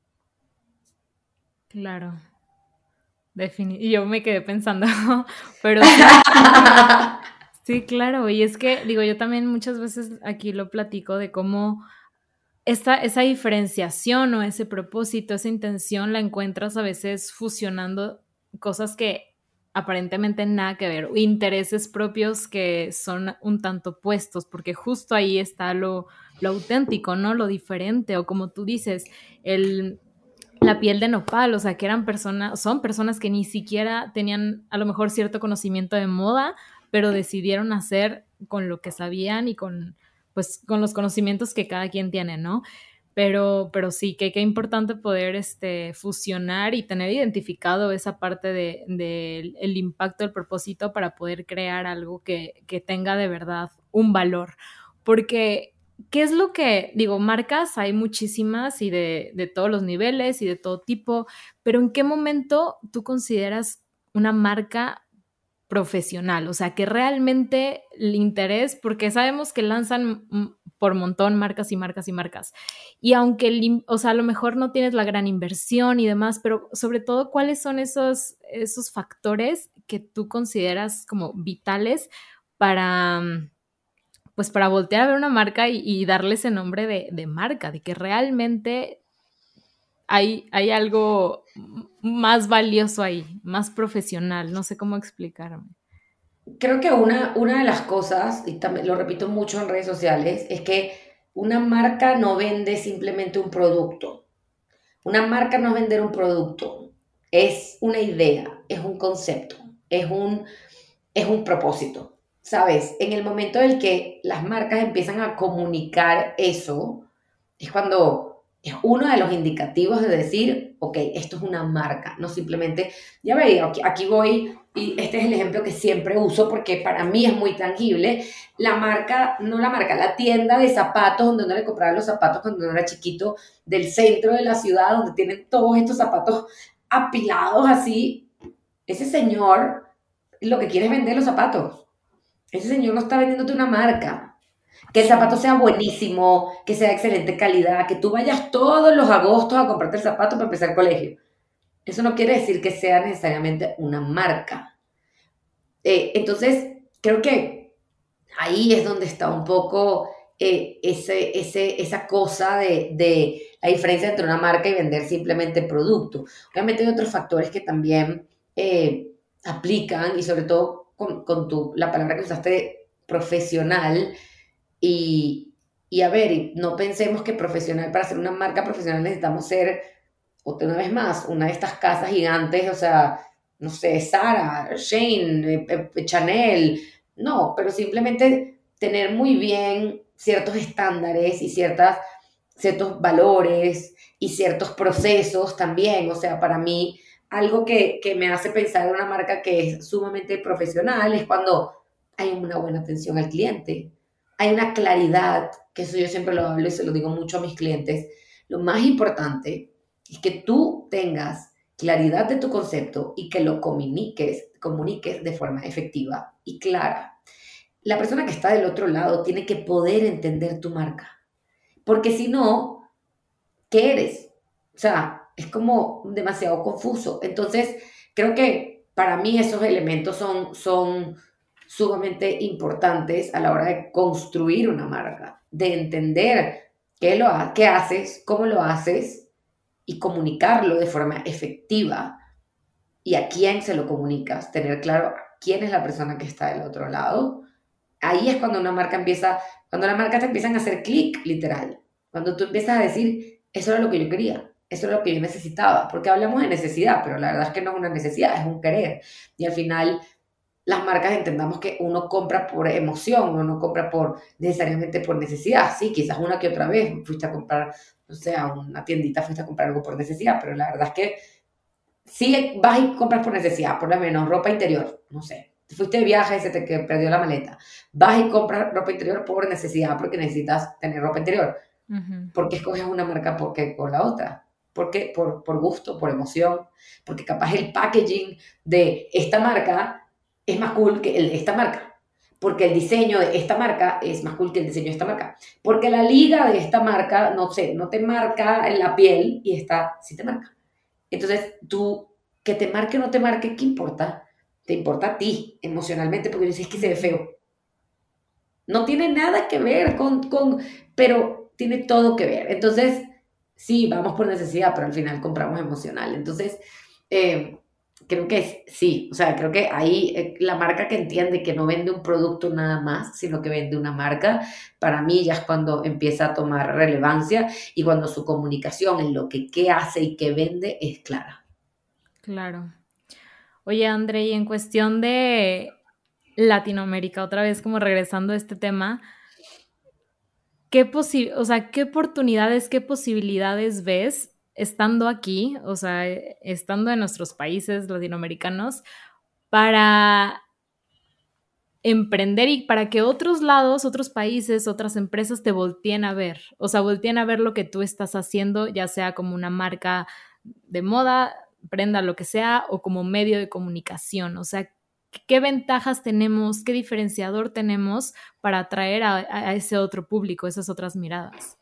Claro. Defini- y yo me quedé pensando, pero sí, sí, claro, y es que, digo, yo también muchas veces aquí lo platico de cómo esta, esa diferenciación o ese propósito, esa intención la encuentras a veces fusionando cosas que aparentemente nada que ver, intereses propios que son un tanto opuestos, porque justo ahí está lo, lo auténtico, ¿no? Lo diferente, o como tú dices, el... la piel de nopal, o sea, que eran personas, son personas que ni siquiera tenían a lo mejor cierto conocimiento de moda, pero decidieron hacer con lo que sabían y con, pues, con los conocimientos que cada quien tiene, ¿no? Pero, pero sí, que qué importante poder este, fusionar y tener identificado esa parte de, de el impacto del propósito para poder crear algo que, que tenga de verdad un valor. Porque ¿qué es lo que, digo, marcas hay muchísimas y de, de todos los niveles y de todo tipo, pero ¿en qué momento tú consideras una marca profesional? O sea, que realmente el interés, porque sabemos que lanzan por montón marcas y marcas y marcas, y aunque, el, o sea, a lo mejor no tienes la gran inversión y demás, pero sobre todo, ¿cuáles son esos, esos factores que tú consideras como vitales para... pues para voltear a ver una marca y, y darle ese nombre de, de marca, de que realmente hay, hay algo más valioso ahí, más profesional, no sé cómo explicarme. Creo que una, una de las cosas, y también lo repito mucho en redes sociales, es que una marca no vende simplemente un producto. Una marca no es vender un producto, es una idea, es un concepto, es un, es un propósito. ¿Sabes? En el momento en el que las marcas empiezan a comunicar eso, es cuando es uno de los indicativos de decir, ok, esto es una marca, no simplemente, ya veía, aquí, aquí voy, y este es el ejemplo que siempre uso porque para mí es muy tangible, la marca, no la marca, la tienda de zapatos donde uno le compraba los zapatos cuando uno era chiquito, del centro de la ciudad, donde tienen todos estos zapatos apilados así, ese señor lo que quiere es vender los zapatos, ese señor no está vendiéndote una marca. Que el zapato sea buenísimo, que sea de excelente calidad, que tú vayas todos los agostos a comprarte el zapato para empezar el colegio. Eso no quiere decir que sea necesariamente una marca. Eh, entonces, creo que ahí es donde está un poco eh, ese, ese, esa cosa de, de la diferencia entre una marca y vender simplemente producto. Obviamente hay otros factores que también eh, aplican y sobre todo con, con tu, la palabra que usaste, profesional. Y, y a ver, no pensemos que profesional, para ser una marca profesional necesitamos ser, otra una vez más, una de estas casas gigantes, o sea, no sé, Zara, Shane, eh, eh, Chanel, no, pero simplemente tener muy bien ciertos estándares y ciertas, ciertos valores y ciertos procesos también, o sea, para mí algo que, que me hace pensar en una marca que es sumamente profesional es cuando hay una buena atención al cliente, hay una claridad, que eso yo siempre lo hablo y se lo digo mucho a mis clientes, lo más importante es que tú tengas claridad de tu concepto y que lo comuniques, comuniques de forma efectiva y clara. La persona que está del otro lado tiene que poder entender tu marca, porque si no, ¿qué eres? O sea, es como demasiado confuso. Entonces, creo que para mí esos elementos son, son sumamente importantes a la hora de construir una marca, de entender qué, lo ha, qué haces, cómo lo haces y comunicarlo de forma efectiva y a quién se lo comunicas, tener claro quién es la persona que está del otro lado. Ahí es cuando una marca empieza, cuando la marca te empiezan a hacer clic, literal. Cuando tú empiezas a decir, eso era lo que yo quería, eso era lo que yo necesitaba, porque hablamos de necesidad, pero la verdad es que no es una necesidad, es un querer. Y al final las marcas entendamos que uno compra por emoción, uno no compra por necesariamente por necesidad. Sí, quizás una que otra vez fuiste a comprar, no sé, a una tiendita fuiste a comprar algo por necesidad, pero la verdad es que sí vas y compras por necesidad, por lo menos ropa interior, no sé. Te fuiste de viaje y se te perdió la maleta. Vas y compras ropa interior por necesidad, porque necesitas tener ropa interior. Uh-huh. ¿Por qué escoges una marca por qué por la otra? ¿Por qué? Por, por gusto, por emoción, porque capaz el packaging de esta marca es más cool que el de esta marca, porque el diseño de esta marca es más cool que el diseño de esta marca, porque la liga de esta marca, no sé, no te marca en la piel y esta sí te marca. Entonces, tú, que te marque o no te marque, ¿qué importa? Te importa a ti, emocionalmente, porque dices que se ve feo. No tiene nada que ver con, con, pero tiene todo que ver. Entonces, sí, vamos por necesidad, pero al final compramos emocional. Entonces, eh, creo que es, sí, o sea, creo que ahí eh, la marca que entiende que no vende un producto nada más, sino que vende una marca, para mí ya es cuando empieza a tomar relevancia y cuando su comunicación en lo que qué hace y qué vende es clara. Claro. Oye, André, y en cuestión de Latinoamérica, otra vez como regresando a este tema, ¿qué, posi- o sea, ¿qué oportunidades, qué posibilidades ves estando aquí, o sea, estando en nuestros países latinoamericanos, para emprender y para que otros lados, otros países, otras empresas te volteen a ver, o sea, volteen a ver lo que tú estás haciendo, ya sea como una marca de moda, prenda, lo que sea, o como medio de comunicación? O sea, ¿qué ventajas tenemos, qué diferenciador tenemos para atraer a, a ese otro público, esas otras miradas?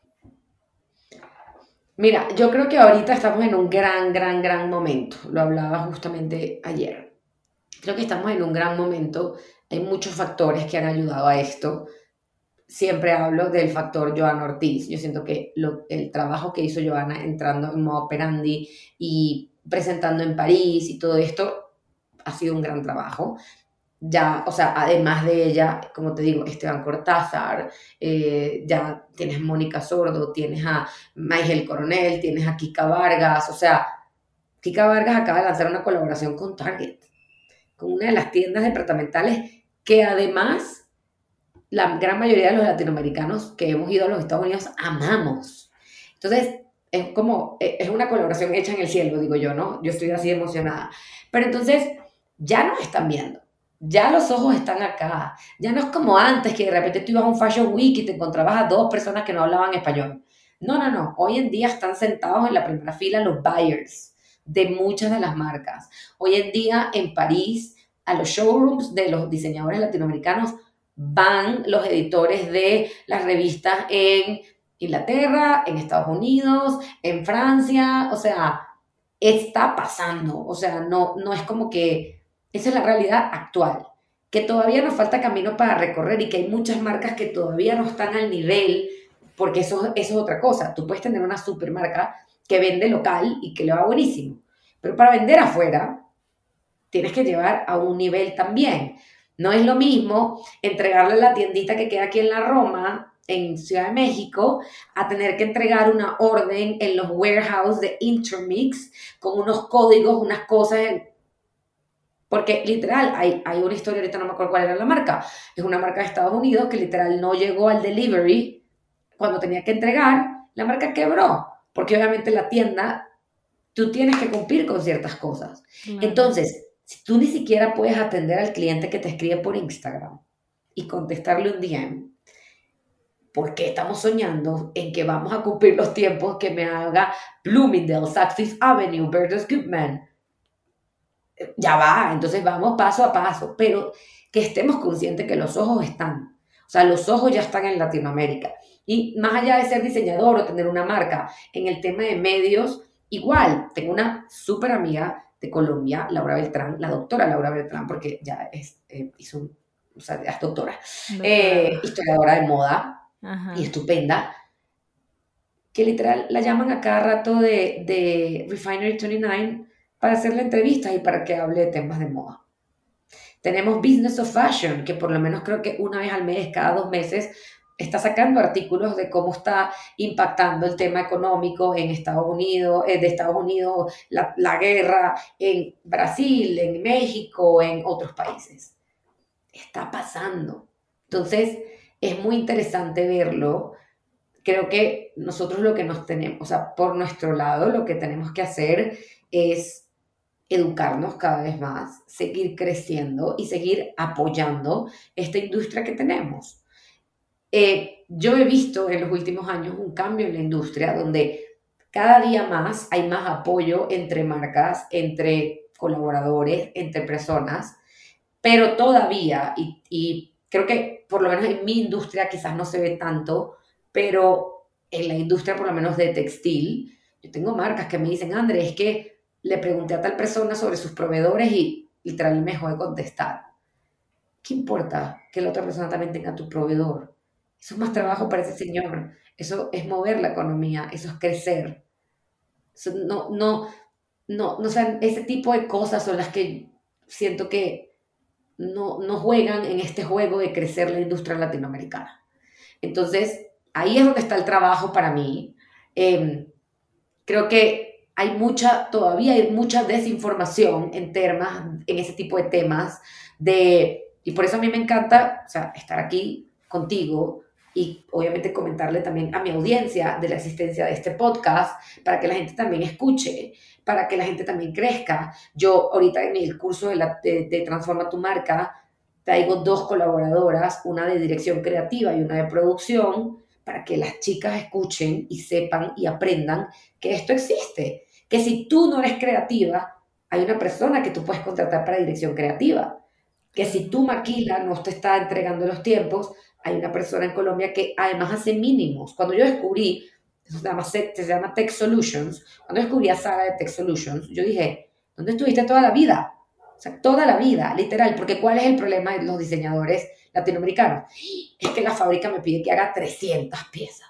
Mira, yo creo que ahorita estamos en un gran, gran, gran momento. Lo hablaba justamente ayer. Creo que estamos en un gran momento. Hay muchos factores que han ayudado a esto. Siempre hablo del factor Johanna Ortiz. Yo siento que lo, el trabajo que hizo Johanna entrando en modo operandi y presentando en París y todo esto ha sido un gran trabajo. Ya, o sea, además de ella, como te digo, Esteban Cortázar, eh, ya tienes Mónica Sordo, tienes a Maigel Coronel, tienes a Kika Vargas, o sea, Kika Vargas acaba de lanzar una colaboración con Target, con una de las tiendas departamentales que además la gran mayoría de los latinoamericanos que hemos ido a los Estados Unidos amamos. Entonces, es como, e- es una colaboración hecha en el cielo, digo yo, ¿no? Yo estoy así emocionada. Pero entonces, ya nos están viendo. Ya los ojos están acá. Ya no es como antes que de repente tú ibas a un Fashion Week y te encontrabas a dos personas que no hablaban español. No, no, no. Hoy en día están sentados en la primera fila los buyers de muchas de las marcas. Hoy en día en París, a los showrooms de los diseñadores latinoamericanos van los editores de las revistas en Inglaterra, en Estados Unidos, en Francia. O sea, está pasando. O sea, no, no es como que esa es la realidad actual, que todavía nos falta camino para recorrer y que hay muchas marcas que todavía no están al nivel, porque eso, eso es otra cosa. Tú puedes tener una supermarca que vende local y que le va buenísimo, pero para vender afuera tienes que llevar a un nivel también. No es lo mismo entregarle a la tiendita que queda aquí en la Roma, en Ciudad de México, a tener que entregar una orden en los warehouses de Intermix con unos códigos, unas cosas. Porque literal, hay, hay una historia, ahorita no me acuerdo cuál era la marca, es una marca de Estados Unidos que literal no llegó al delivery cuando tenía que entregar, la marca quebró, porque obviamente la tienda, tú tienes que cumplir con ciertas cosas. Claro. Entonces, si tú ni siquiera puedes atender al cliente que te escribe por Instagram y contestarle un D M, ¿por qué estamos soñando en que vamos a cumplir los tiempos que me haga Bloomingdale, Saks Fifth Avenue, Bergdorf Goodman? Ya va, entonces vamos paso a paso, pero que estemos conscientes que los ojos están, o sea, los ojos ya están en Latinoamérica. Y más allá de ser diseñador o tener una marca, en el tema de medios, igual, tengo una súper amiga de Colombia, Laura Beltrán, la doctora Laura Beltrán, porque ya es, eh, hizo un, o sea, ya es doctora, eh, historiadora de moda. Ajá. Y estupenda, que literal la llaman a cada rato de, de Refinery veintinueve para hacerle entrevistas y para que hable de temas de moda. Tenemos Business of Fashion, que por lo menos creo que una vez al mes, cada dos meses, está sacando artículos de cómo está impactando el tema económico en Estados Unidos, eh, de Estados Unidos, la, la guerra en Brasil, en México, en otros países. Está pasando. Entonces, es muy interesante verlo. Creo que nosotros lo que nos tenemos, o sea, por nuestro lado, lo que tenemos que hacer es educarnos cada vez más, seguir creciendo y seguir apoyando esta industria que tenemos. Eh, yo he visto en los últimos años un cambio en la industria donde cada día más hay más apoyo entre marcas, entre colaboradores, entre personas, pero todavía, y, y creo que por lo menos en mi industria quizás no se ve tanto, pero en la industria por lo menos de textil, yo tengo marcas que me dicen, André, es que le pregunté a tal persona sobre sus proveedores y literal me dejó de contestar. ¿Qué importa que la otra persona también tenga tu proveedor? Eso es más trabajo para ese señor. Eso es mover la economía, eso es crecer. Eso no, no, no, no, o sea, ese tipo de cosas son las que siento que no, no juegan en este juego de crecer la industria latinoamericana. Entonces, ahí es donde está el trabajo para mí. Eh, creo que hay mucha, todavía hay mucha desinformación en temas, en ese tipo de temas, de, y por eso a mí me encanta, o sea, estar aquí contigo y obviamente comentarle también a mi audiencia de la existencia de este podcast para que la gente también escuche, para que la gente también crezca. Yo ahorita en el curso de, la, de, de Transforma tu Marca traigo dos colaboradoras, una de dirección creativa y una de producción, para que las chicas escuchen y sepan y aprendan que esto existe, que si tú no eres creativa, hay una persona que tú puedes contratar para dirección creativa, que si tu maquila no te está entregando los tiempos, hay una persona en Colombia que además hace mínimos. Cuando yo descubrí, eso se llama, se llama Tech Solutions, cuando descubrí a Sara de Tech Solutions, yo dije, ¿dónde estuviste toda la vida? O sea, toda la vida, literal, porque ¿cuál es el problema de los diseñadores latinoamericanos? Es que la fábrica me pide que haga trescientas piezas.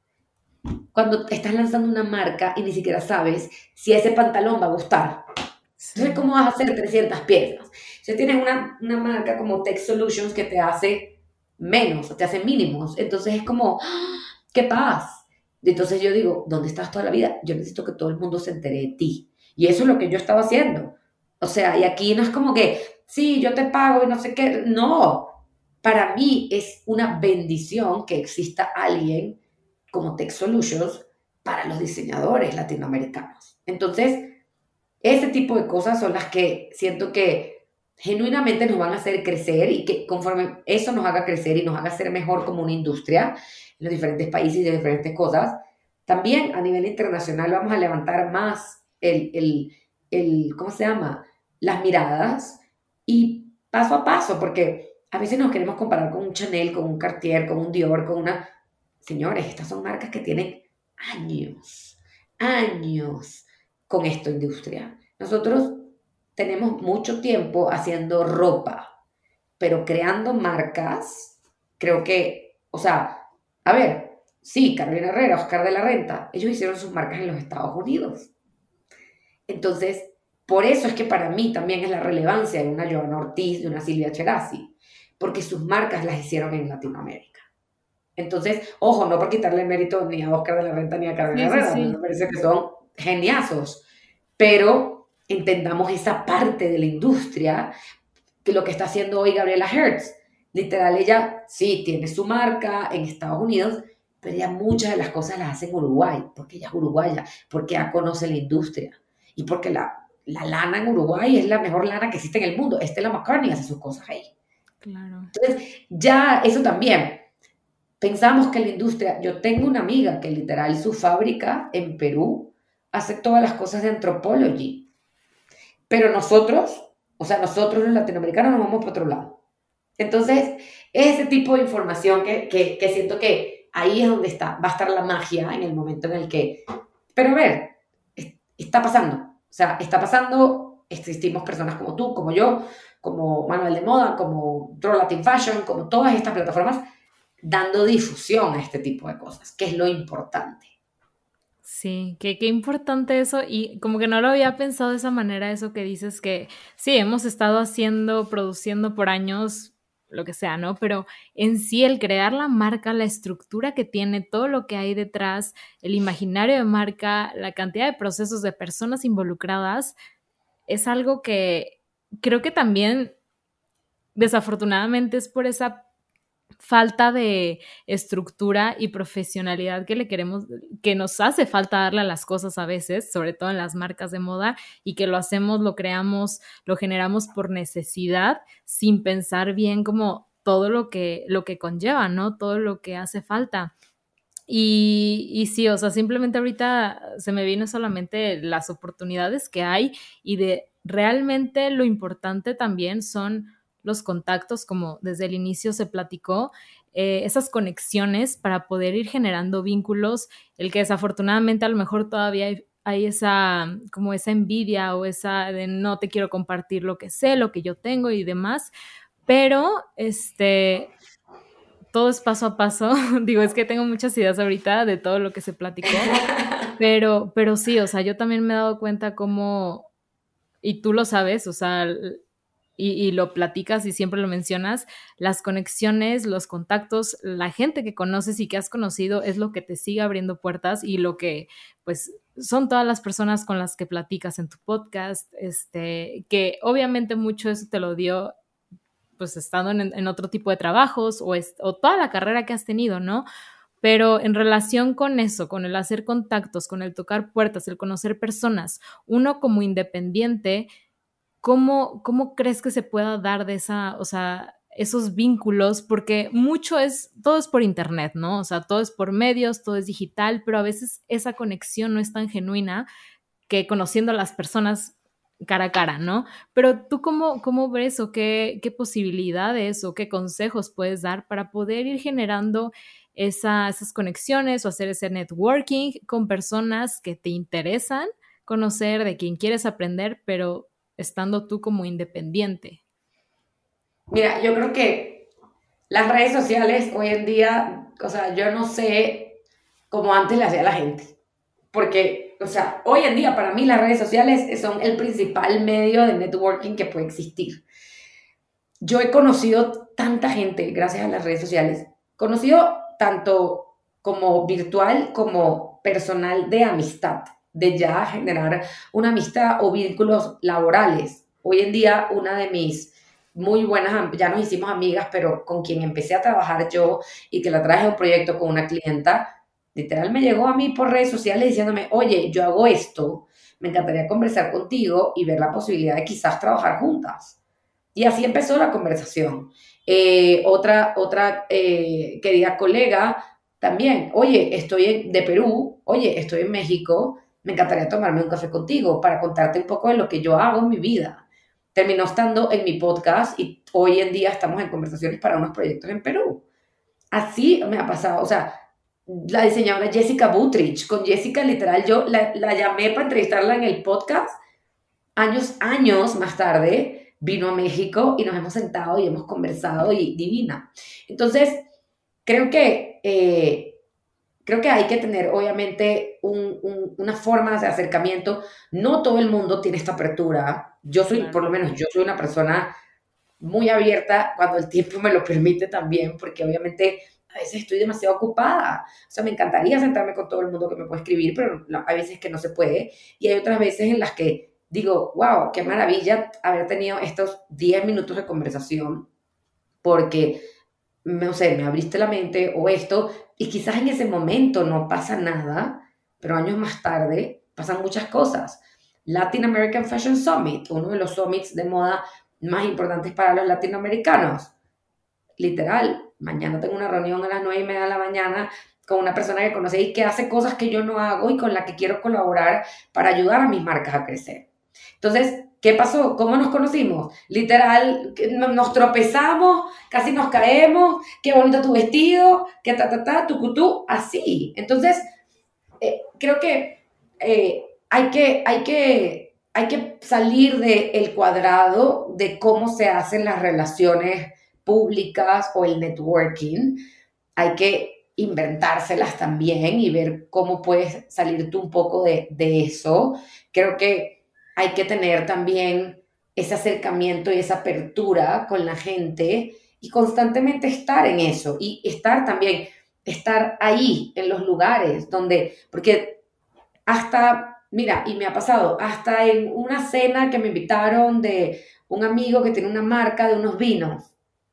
Cuando estás lanzando una marca y ni siquiera sabes si ese pantalón va a gustar. Sí. Entonces, ¿cómo vas a hacer trescientas piezas? Si tienes una, una marca como Tech Solutions que te hace menos, te hace mínimos, entonces es como, ¡qué paz! Entonces yo digo, ¿dónde estás toda la vida? Yo necesito que todo el mundo se entere de ti. Y eso es lo que yo estaba haciendo. O sea, y aquí no es como que, sí, yo te pago y no sé qué. No, para mí es una bendición que exista alguien como Tech Solutions para los diseñadores latinoamericanos. Entonces, ese tipo de cosas son las que siento que genuinamente nos van a hacer crecer y que conforme eso nos haga crecer y nos haga ser mejor como una industria en los diferentes países y de diferentes cosas, también a nivel internacional vamos a levantar más el, el, el ¿cómo se llama? Las miradas y paso a paso, porque a veces nos queremos comparar con un Chanel, con un Cartier, con un Dior, con una... Señores, estas son marcas que tienen años, años con esta industria. Nosotros tenemos mucho tiempo haciendo ropa, pero creando marcas, creo que, o sea, a ver, sí, Carolina Herrera, Oscar de la Renta, ellos hicieron sus marcas en los Estados Unidos. Entonces, por eso es que para mí también es la relevancia de una Joana Ortiz, de una Silvia Cherasi, porque sus marcas las hicieron en Latinoamérica. Entonces, ojo, no por quitarle mérito ni a Oscar de la Renta ni a Carolina Sí, sí, Herrera, sí. me parece que son geniazos, pero entendamos esa parte de la industria, que lo que está haciendo hoy Gabriela Hertz, literal, ella sí tiene su marca en Estados Unidos, pero ella muchas de las cosas las hace en Uruguay, porque ella es uruguaya, porque ella conoce la industria, y porque la, la lana en Uruguay es la mejor lana que existe en el mundo. Estela McCartney hace sus cosas ahí. Claro. Entonces, ya eso también. Pensamos que la industria, yo tengo una amiga que literal su fábrica en Perú hace todas las cosas de Anthropology, pero nosotros, o sea, nosotros los latinoamericanos nos vamos para otro lado. Entonces, ese tipo de información que, que, que siento que ahí es donde está, va a estar la magia en el momento en el que, pero a ver, está pasando, o sea, está pasando, existimos personas como tú, como yo, como Manuel de Moda, como Draw Latin Fashion, como todas estas plataformas, dando difusión a este tipo de cosas, que es lo importante. Sí, qué, qué importante eso y como que no lo había pensado de esa manera, eso que dices que sí, hemos estado haciendo, produciendo por años, lo que sea, ¿no? Pero en sí el crear la marca, la estructura que tiene, todo lo que hay detrás, el imaginario de marca, la cantidad de procesos de personas involucradas, es algo que creo que también desafortunadamente es por esa falta de estructura y profesionalidad que le queremos, que nos hace falta darle a las cosas a veces, sobre todo en las marcas de moda, y que lo hacemos, lo creamos, lo generamos por necesidad, sin pensar bien como todo lo que, lo que conlleva, ¿no? Todo lo que hace falta. Y, y sí, o sea, simplemente ahorita se me vienen solamente las oportunidades que hay y de realmente lo importante también son los contactos, como desde el inicio se platicó, eh, esas conexiones para poder ir generando vínculos, el que desafortunadamente a lo mejor todavía hay, hay esa, como esa envidia o esa de no te quiero compartir lo que sé, lo que yo tengo y demás, pero este, todo es paso a paso. Digo, es que tengo muchas ideas ahorita de todo lo que se platicó, pero, pero sí, o sea, yo también me he dado cuenta cómo, y tú lo sabes, o sea, y, y lo platicas y siempre lo mencionas, las conexiones, los contactos, la gente que conoces y que has conocido es lo que te sigue abriendo puertas y lo que, pues, son todas las personas con las que platicas en tu podcast, este, que obviamente mucho eso te lo dio pues estando en, en otro tipo de trabajos o, es, o toda la carrera que has tenido, ¿no? Pero en relación con eso, con el hacer contactos, con el tocar puertas, el conocer personas, uno como independiente, ¿cómo, cómo crees que se pueda dar de esa, o sea, esos vínculos? Porque mucho es, todo es por internet, ¿no? O sea, todo es por medios, todo es digital, pero a veces esa conexión no es tan genuina que conociendo a las personas cara a cara, ¿no? Pero tú cómo, cómo ves o qué, qué posibilidades o qué consejos puedes dar para poder ir generando esa, esas conexiones o hacer ese networking con personas que te interesan conocer, de quien quieres aprender, pero estando tú como independiente. Mira, yo creo que las redes sociales hoy en día, o sea, yo no sé cómo antes le hacía la gente, porque, o sea, hoy en día para mí las redes sociales son el principal medio de networking que puede existir. Yo he conocido tanta gente gracias a las redes sociales, conocido tanto como virtual como personal de amistad, de ya generar una amistad o vínculos laborales. Hoy en día una de mis muy buenas, ya nos hicimos amigas, pero con quien empecé a trabajar yo y que la traje a un proyecto con una clienta, literal me llegó a mí por redes sociales diciéndome, oye, yo hago esto, me encantaría conversar contigo y ver la posibilidad de quizás trabajar juntas. Y así empezó la conversación. Eh, otra otra eh, querida colega también, oye, estoy en, de Perú, oye, estoy en México, me encantaría tomarme un café contigo para contarte un poco de lo que yo hago en mi vida. Terminó estando en mi podcast y hoy en día estamos en conversaciones para unos proyectos en Perú. Así me ha pasado, o sea, la diseñadora Jessica Buttrich, con Jessica literal yo la, la llamé para entrevistarla en el podcast, años, años más tarde vino a México y nos hemos sentado y hemos conversado y divina. Entonces, creo que, eh, creo que hay que tener obviamente un, un, una forma de acercamiento. No todo el mundo tiene esta apertura. Yo soy, Claro. por lo menos yo soy una persona muy abierta cuando el tiempo me lo permite también, porque obviamente a veces estoy demasiado ocupada. O sea, me encantaría sentarme con todo el mundo que me puede escribir, pero no, hay veces que no se puede. Y hay otras veces en las que digo, wow, qué maravilla haber tenido estos diez minutos de conversación, porque, no sé, me abriste la mente o esto, y quizás en ese momento no pasa nada, pero años más tarde pasan muchas cosas. Latin American Fashion Summit, uno de los summits de moda más importantes para los latinoamericanos. Literal, mañana tengo una reunión a las nueve y media de la mañana con una persona que conocí y que hace cosas que yo no hago y con la que quiero colaborar para ayudar a mis marcas a crecer. Entonces, ¿qué pasó? ¿Cómo nos conocimos? Literal, nos tropezamos, casi nos caemos, qué bonito tu vestido, qué ta, ta, ta, tu cutú, así. Entonces, eh, creo que, eh, hay que hay que hay que salir del cuadrado de cómo se hacen las relaciones públicas o el networking. Hay que inventárselas también y ver cómo puedes salir tú un poco de, de eso. Creo que hay que tener también ese acercamiento y esa apertura con la gente y constantemente estar en eso y estar también, estar ahí en los lugares donde, porque hasta, mira, y me ha pasado, hasta en una cena que me invitaron de un amigo que tiene una marca de unos vinos,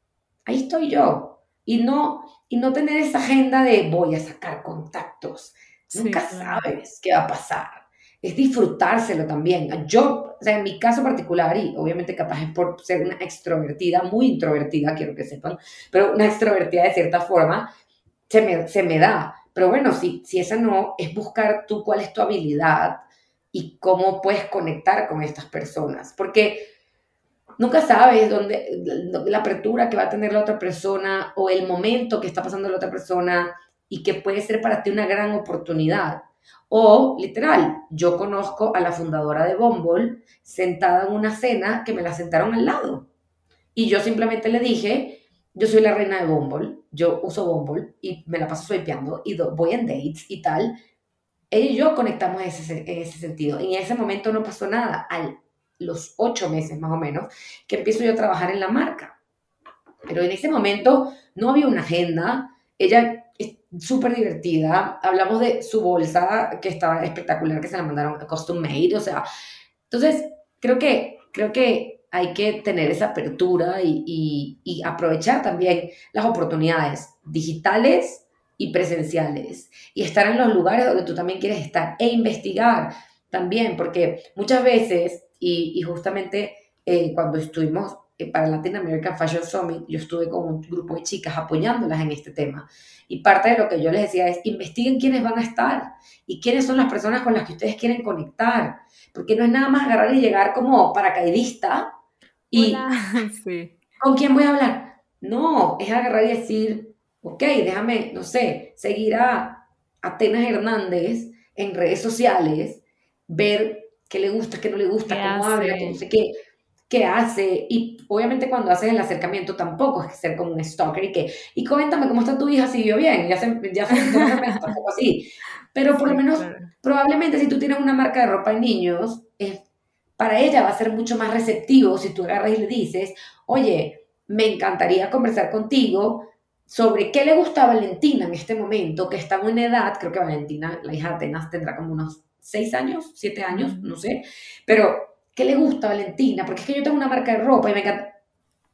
ahí estoy yo. Y no, y no tener esa agenda de voy a sacar contactos. Nunca Sí, claro. sabes qué va a pasar. Es disfrutárselo también. Yo, o sea, en mi caso particular, y obviamente capaz es por ser una extrovertida, muy introvertida, quiero que sepan, pero una extrovertida de cierta forma, se me, se me da. Pero bueno, si, si esa no, es buscar tú cuál es tu habilidad y cómo puedes conectar con estas personas. Porque nunca sabes dónde la apertura que va a tener la otra persona o el momento que está pasando la otra persona y que puede ser para ti una gran oportunidad. O, literal, yo conozco a la fundadora de Bumble sentada en una cena que me la sentaron al lado. Y yo simplemente le dije, yo soy la reina de Bumble, yo uso Bumble y me la paso swipeando y do, voy en dates y tal. Ella y yo conectamos en ese, en ese sentido. Y en ese momento no pasó nada. Al los ocho meses más o menos, que empiezo yo a trabajar en la marca. Pero en ese momento no había una agenda. Ella es súper divertida. Hablamos de su bolsa, que estaba espectacular, que se la mandaron a custom made. O sea, entonces creo que, creo que hay que tener esa apertura y, y, y aprovechar también las oportunidades digitales y presenciales. Y estar en los lugares donde tú también quieres estar. E investigar también, porque muchas veces y, y justamente eh, cuando estuvimos eh, para el Latin American Fashion Summit, yo estuve con un grupo de chicas apoyándolas en este tema. Y parte de lo que yo les decía es, investiguen quiénes van a estar y quiénes son las personas con las que ustedes quieren conectar. Porque no es nada más agarrar y llegar como paracaidista y Hola, sí. ¿con quién voy a hablar? No, es agarrar y decir, ok, déjame, no sé, seguir a Atenas Hernández en redes sociales, ver qué le gusta, qué no le ¿Qué gusta, cómo habla, qué no hace? sé qué, qué hace. Y obviamente cuando haces el acercamiento tampoco es que ser como un stalker y que, y coméntame cómo está tu hija, si vivió bien, ya se, ya se enteró de repente, tampoco así. Pero por lo Sí, menos, claro. probablemente si tú tienes una marca de ropa de niños, es, para ella va a ser mucho más receptivo si tú agarras y le dices, oye, me encantaría conversar contigo sobre qué le gusta a Valentina en este momento, que está en una edad, creo que Valentina, la hija de Atenas, tendrá como unos seis años, siete años, Ujú. no sé, pero ¿qué le gusta a Valentina? Porque es que yo tengo una marca de ropa y me encanta.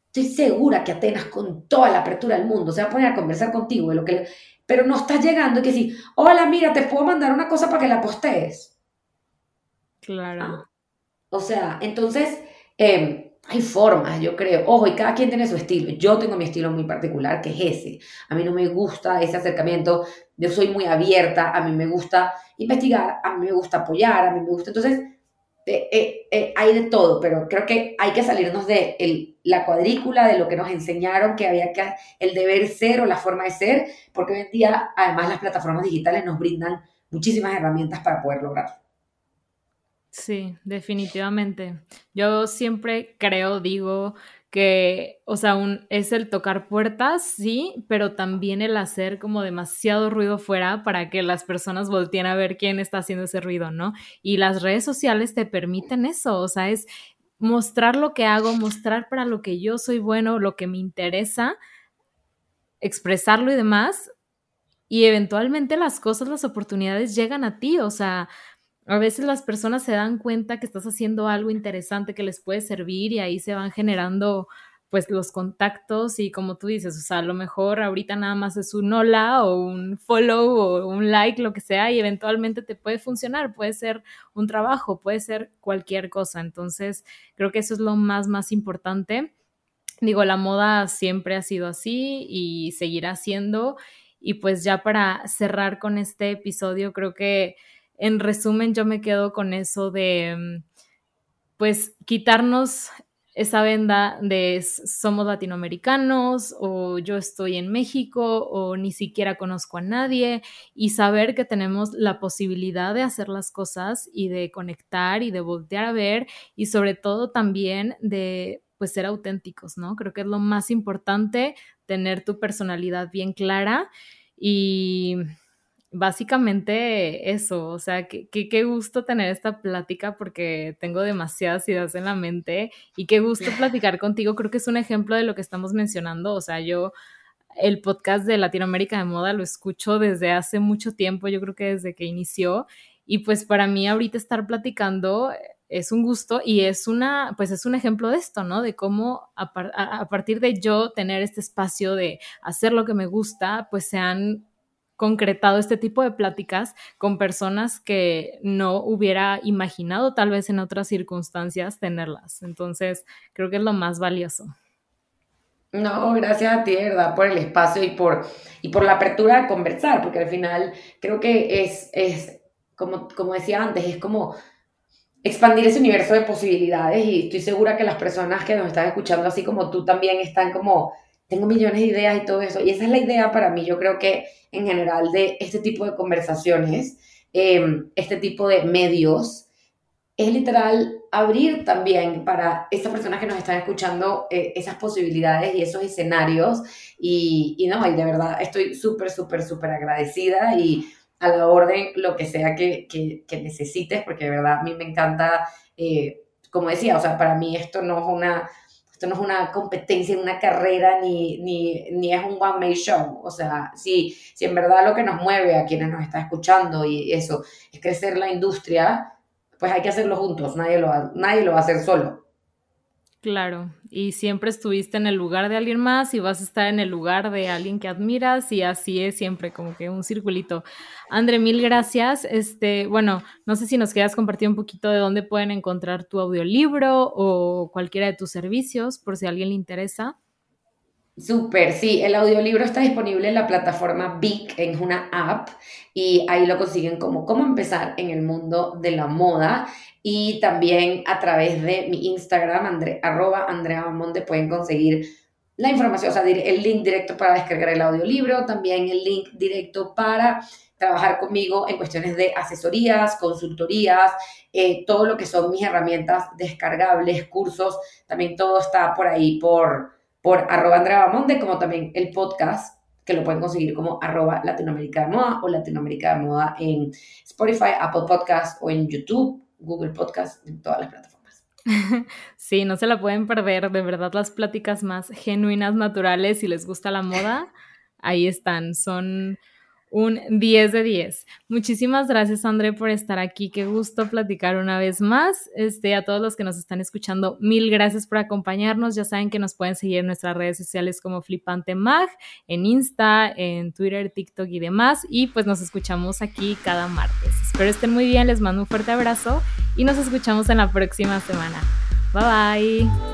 estoy segura que Atenas, con toda la apertura del mundo, se va a poner a conversar contigo de lo que le... Pero no estás llegando y que sí, hola, mira, te puedo mandar una cosa para que la postees. Claro. ¿Ah? O sea, entonces, eh, hay formas, yo creo. Ojo, y cada quien tiene su estilo. Yo tengo mi estilo muy particular, que es ese. A mí no me gusta ese acercamiento. Yo soy muy abierta, a mí me gusta investigar, a mí me gusta apoyar, a mí me gusta. Entonces, eh, eh, eh, hay de todo, pero creo que hay que salirnos de el- la cuadrícula, de lo que nos enseñaron, que había que, el deber ser o la forma de ser, porque hoy en día, además, las plataformas digitales nos brindan muchísimas herramientas para poder lograrlo. Sí, definitivamente. Yo siempre creo, digo, que, o sea, un, es el tocar puertas, sí, pero también el hacer como demasiado ruido fuera para que las personas volteen a ver quién está haciendo ese ruido, ¿no? Y las redes sociales te permiten eso, o sea, es mostrar lo que hago, mostrar para lo que yo soy bueno, lo que me interesa, expresarlo y demás, y eventualmente las cosas, las oportunidades llegan a ti, o sea, a veces las personas se dan cuenta que estás haciendo algo interesante que les puede servir y ahí se van generando pues los contactos y como tú dices, o sea, a lo mejor ahorita nada más es un hola o un follow o un like, lo que sea, y eventualmente te puede funcionar, puede ser un trabajo, puede ser cualquier cosa. Entonces, creo que eso es lo más, más importante. Digo, la moda siempre ha sido así y seguirá siendo. Y pues ya para cerrar con este episodio, creo que en resumen yo me quedo con eso de, mm, pues, quitarnos esa venda de s- somos latinoamericanos o yo estoy en México o ni siquiera conozco a nadie y saber que tenemos la posibilidad de hacer las cosas y de conectar y de voltear a ver y sobre todo también de pues ser auténticos, ¿no? Creo que es lo más importante, tener tu personalidad bien clara y básicamente eso, o sea, qué, qué, qué gusto tener esta plática porque tengo demasiadas ideas en la mente y qué gusto platicar contigo, creo que es un ejemplo de lo que estamos mencionando, o sea, yo el podcast de Latinoamérica de Moda lo escucho desde hace mucho tiempo, yo creo que desde que inició y pues para mí ahorita estar platicando es un gusto y es una, pues es un ejemplo de esto, ¿no? De cómo a, par a, a partir de yo tener este espacio de hacer lo que me gusta, pues se han concretado este tipo de pláticas con personas que no hubiera imaginado tal vez en otras circunstancias tenerlas. Entonces, creo que es lo más valioso. No, gracias a ti, de verdad, por el espacio y por, y por la apertura de conversar, porque al final creo que es, es como, como decía antes, es como expandir ese universo de posibilidades y estoy segura que las personas que nos están escuchando, así como tú también, están como, tengo millones de ideas y todo eso. Y esa es la idea para mí, yo creo que en general de este tipo de conversaciones, eh, este tipo de medios es literal abrir también para esas personas que nos están escuchando eh, esas posibilidades y esos escenarios. Y, y no, y de verdad estoy súper, súper, súper agradecida y a la orden lo que sea que, que, que necesites, porque de verdad a mí me encanta, eh, como decía, o sea, para mí esto no es una, esto no es una competencia, una carrera, ni, ni, ni es un one-man show. O sea, si, si en verdad lo que nos mueve a quienes nos están escuchando y eso es crecer la industria, pues hay que hacerlo juntos, nadie lo va, nadie lo va a hacer solo. Claro, y siempre estuviste en el lugar de alguien más y vas a estar en el lugar de alguien que admiras y así es siempre como que un circulito. André, mil gracias. Este, bueno, no sé si nos quieras compartir un poquito de dónde pueden encontrar tu audiolibro o cualquiera de tus servicios por si a alguien le interesa. Súper, sí, el audiolibro está disponible en la plataforma Vic, es una app, y ahí lo consiguen como cómo empezar en el mundo de la moda, y también a través de mi Instagram, andre, arroba Andrea Bamonde, pueden conseguir la información, o sea, el link directo para descargar el audiolibro, también el link directo para trabajar conmigo en cuestiones de asesorías, consultorías, eh, todo lo que son mis herramientas descargables, cursos, también todo está por ahí por por arroba Andrea Bamonde, como también el podcast, que lo pueden conseguir como arroba Latinoamérica de Moda o Latinoamérica de Moda en Spotify, Apple Podcast o en YouTube, Google Podcast, en todas las plataformas. Sí, no se la pueden perder, de verdad las pláticas más genuinas, naturales, si les gusta la moda, ahí están, son Un diez de diez. Muchísimas gracias, André, por estar aquí. Qué gusto platicar una vez más. Este, a todos los que nos están escuchando, mil gracias por acompañarnos. Ya saben que nos pueden seguir en nuestras redes sociales como Flipante Mag, en Insta, en Twitter, TikTok y demás. Y pues nos escuchamos aquí cada martes. Espero estén muy bien, les mando un fuerte abrazo y nos escuchamos en la próxima semana. Bye bye.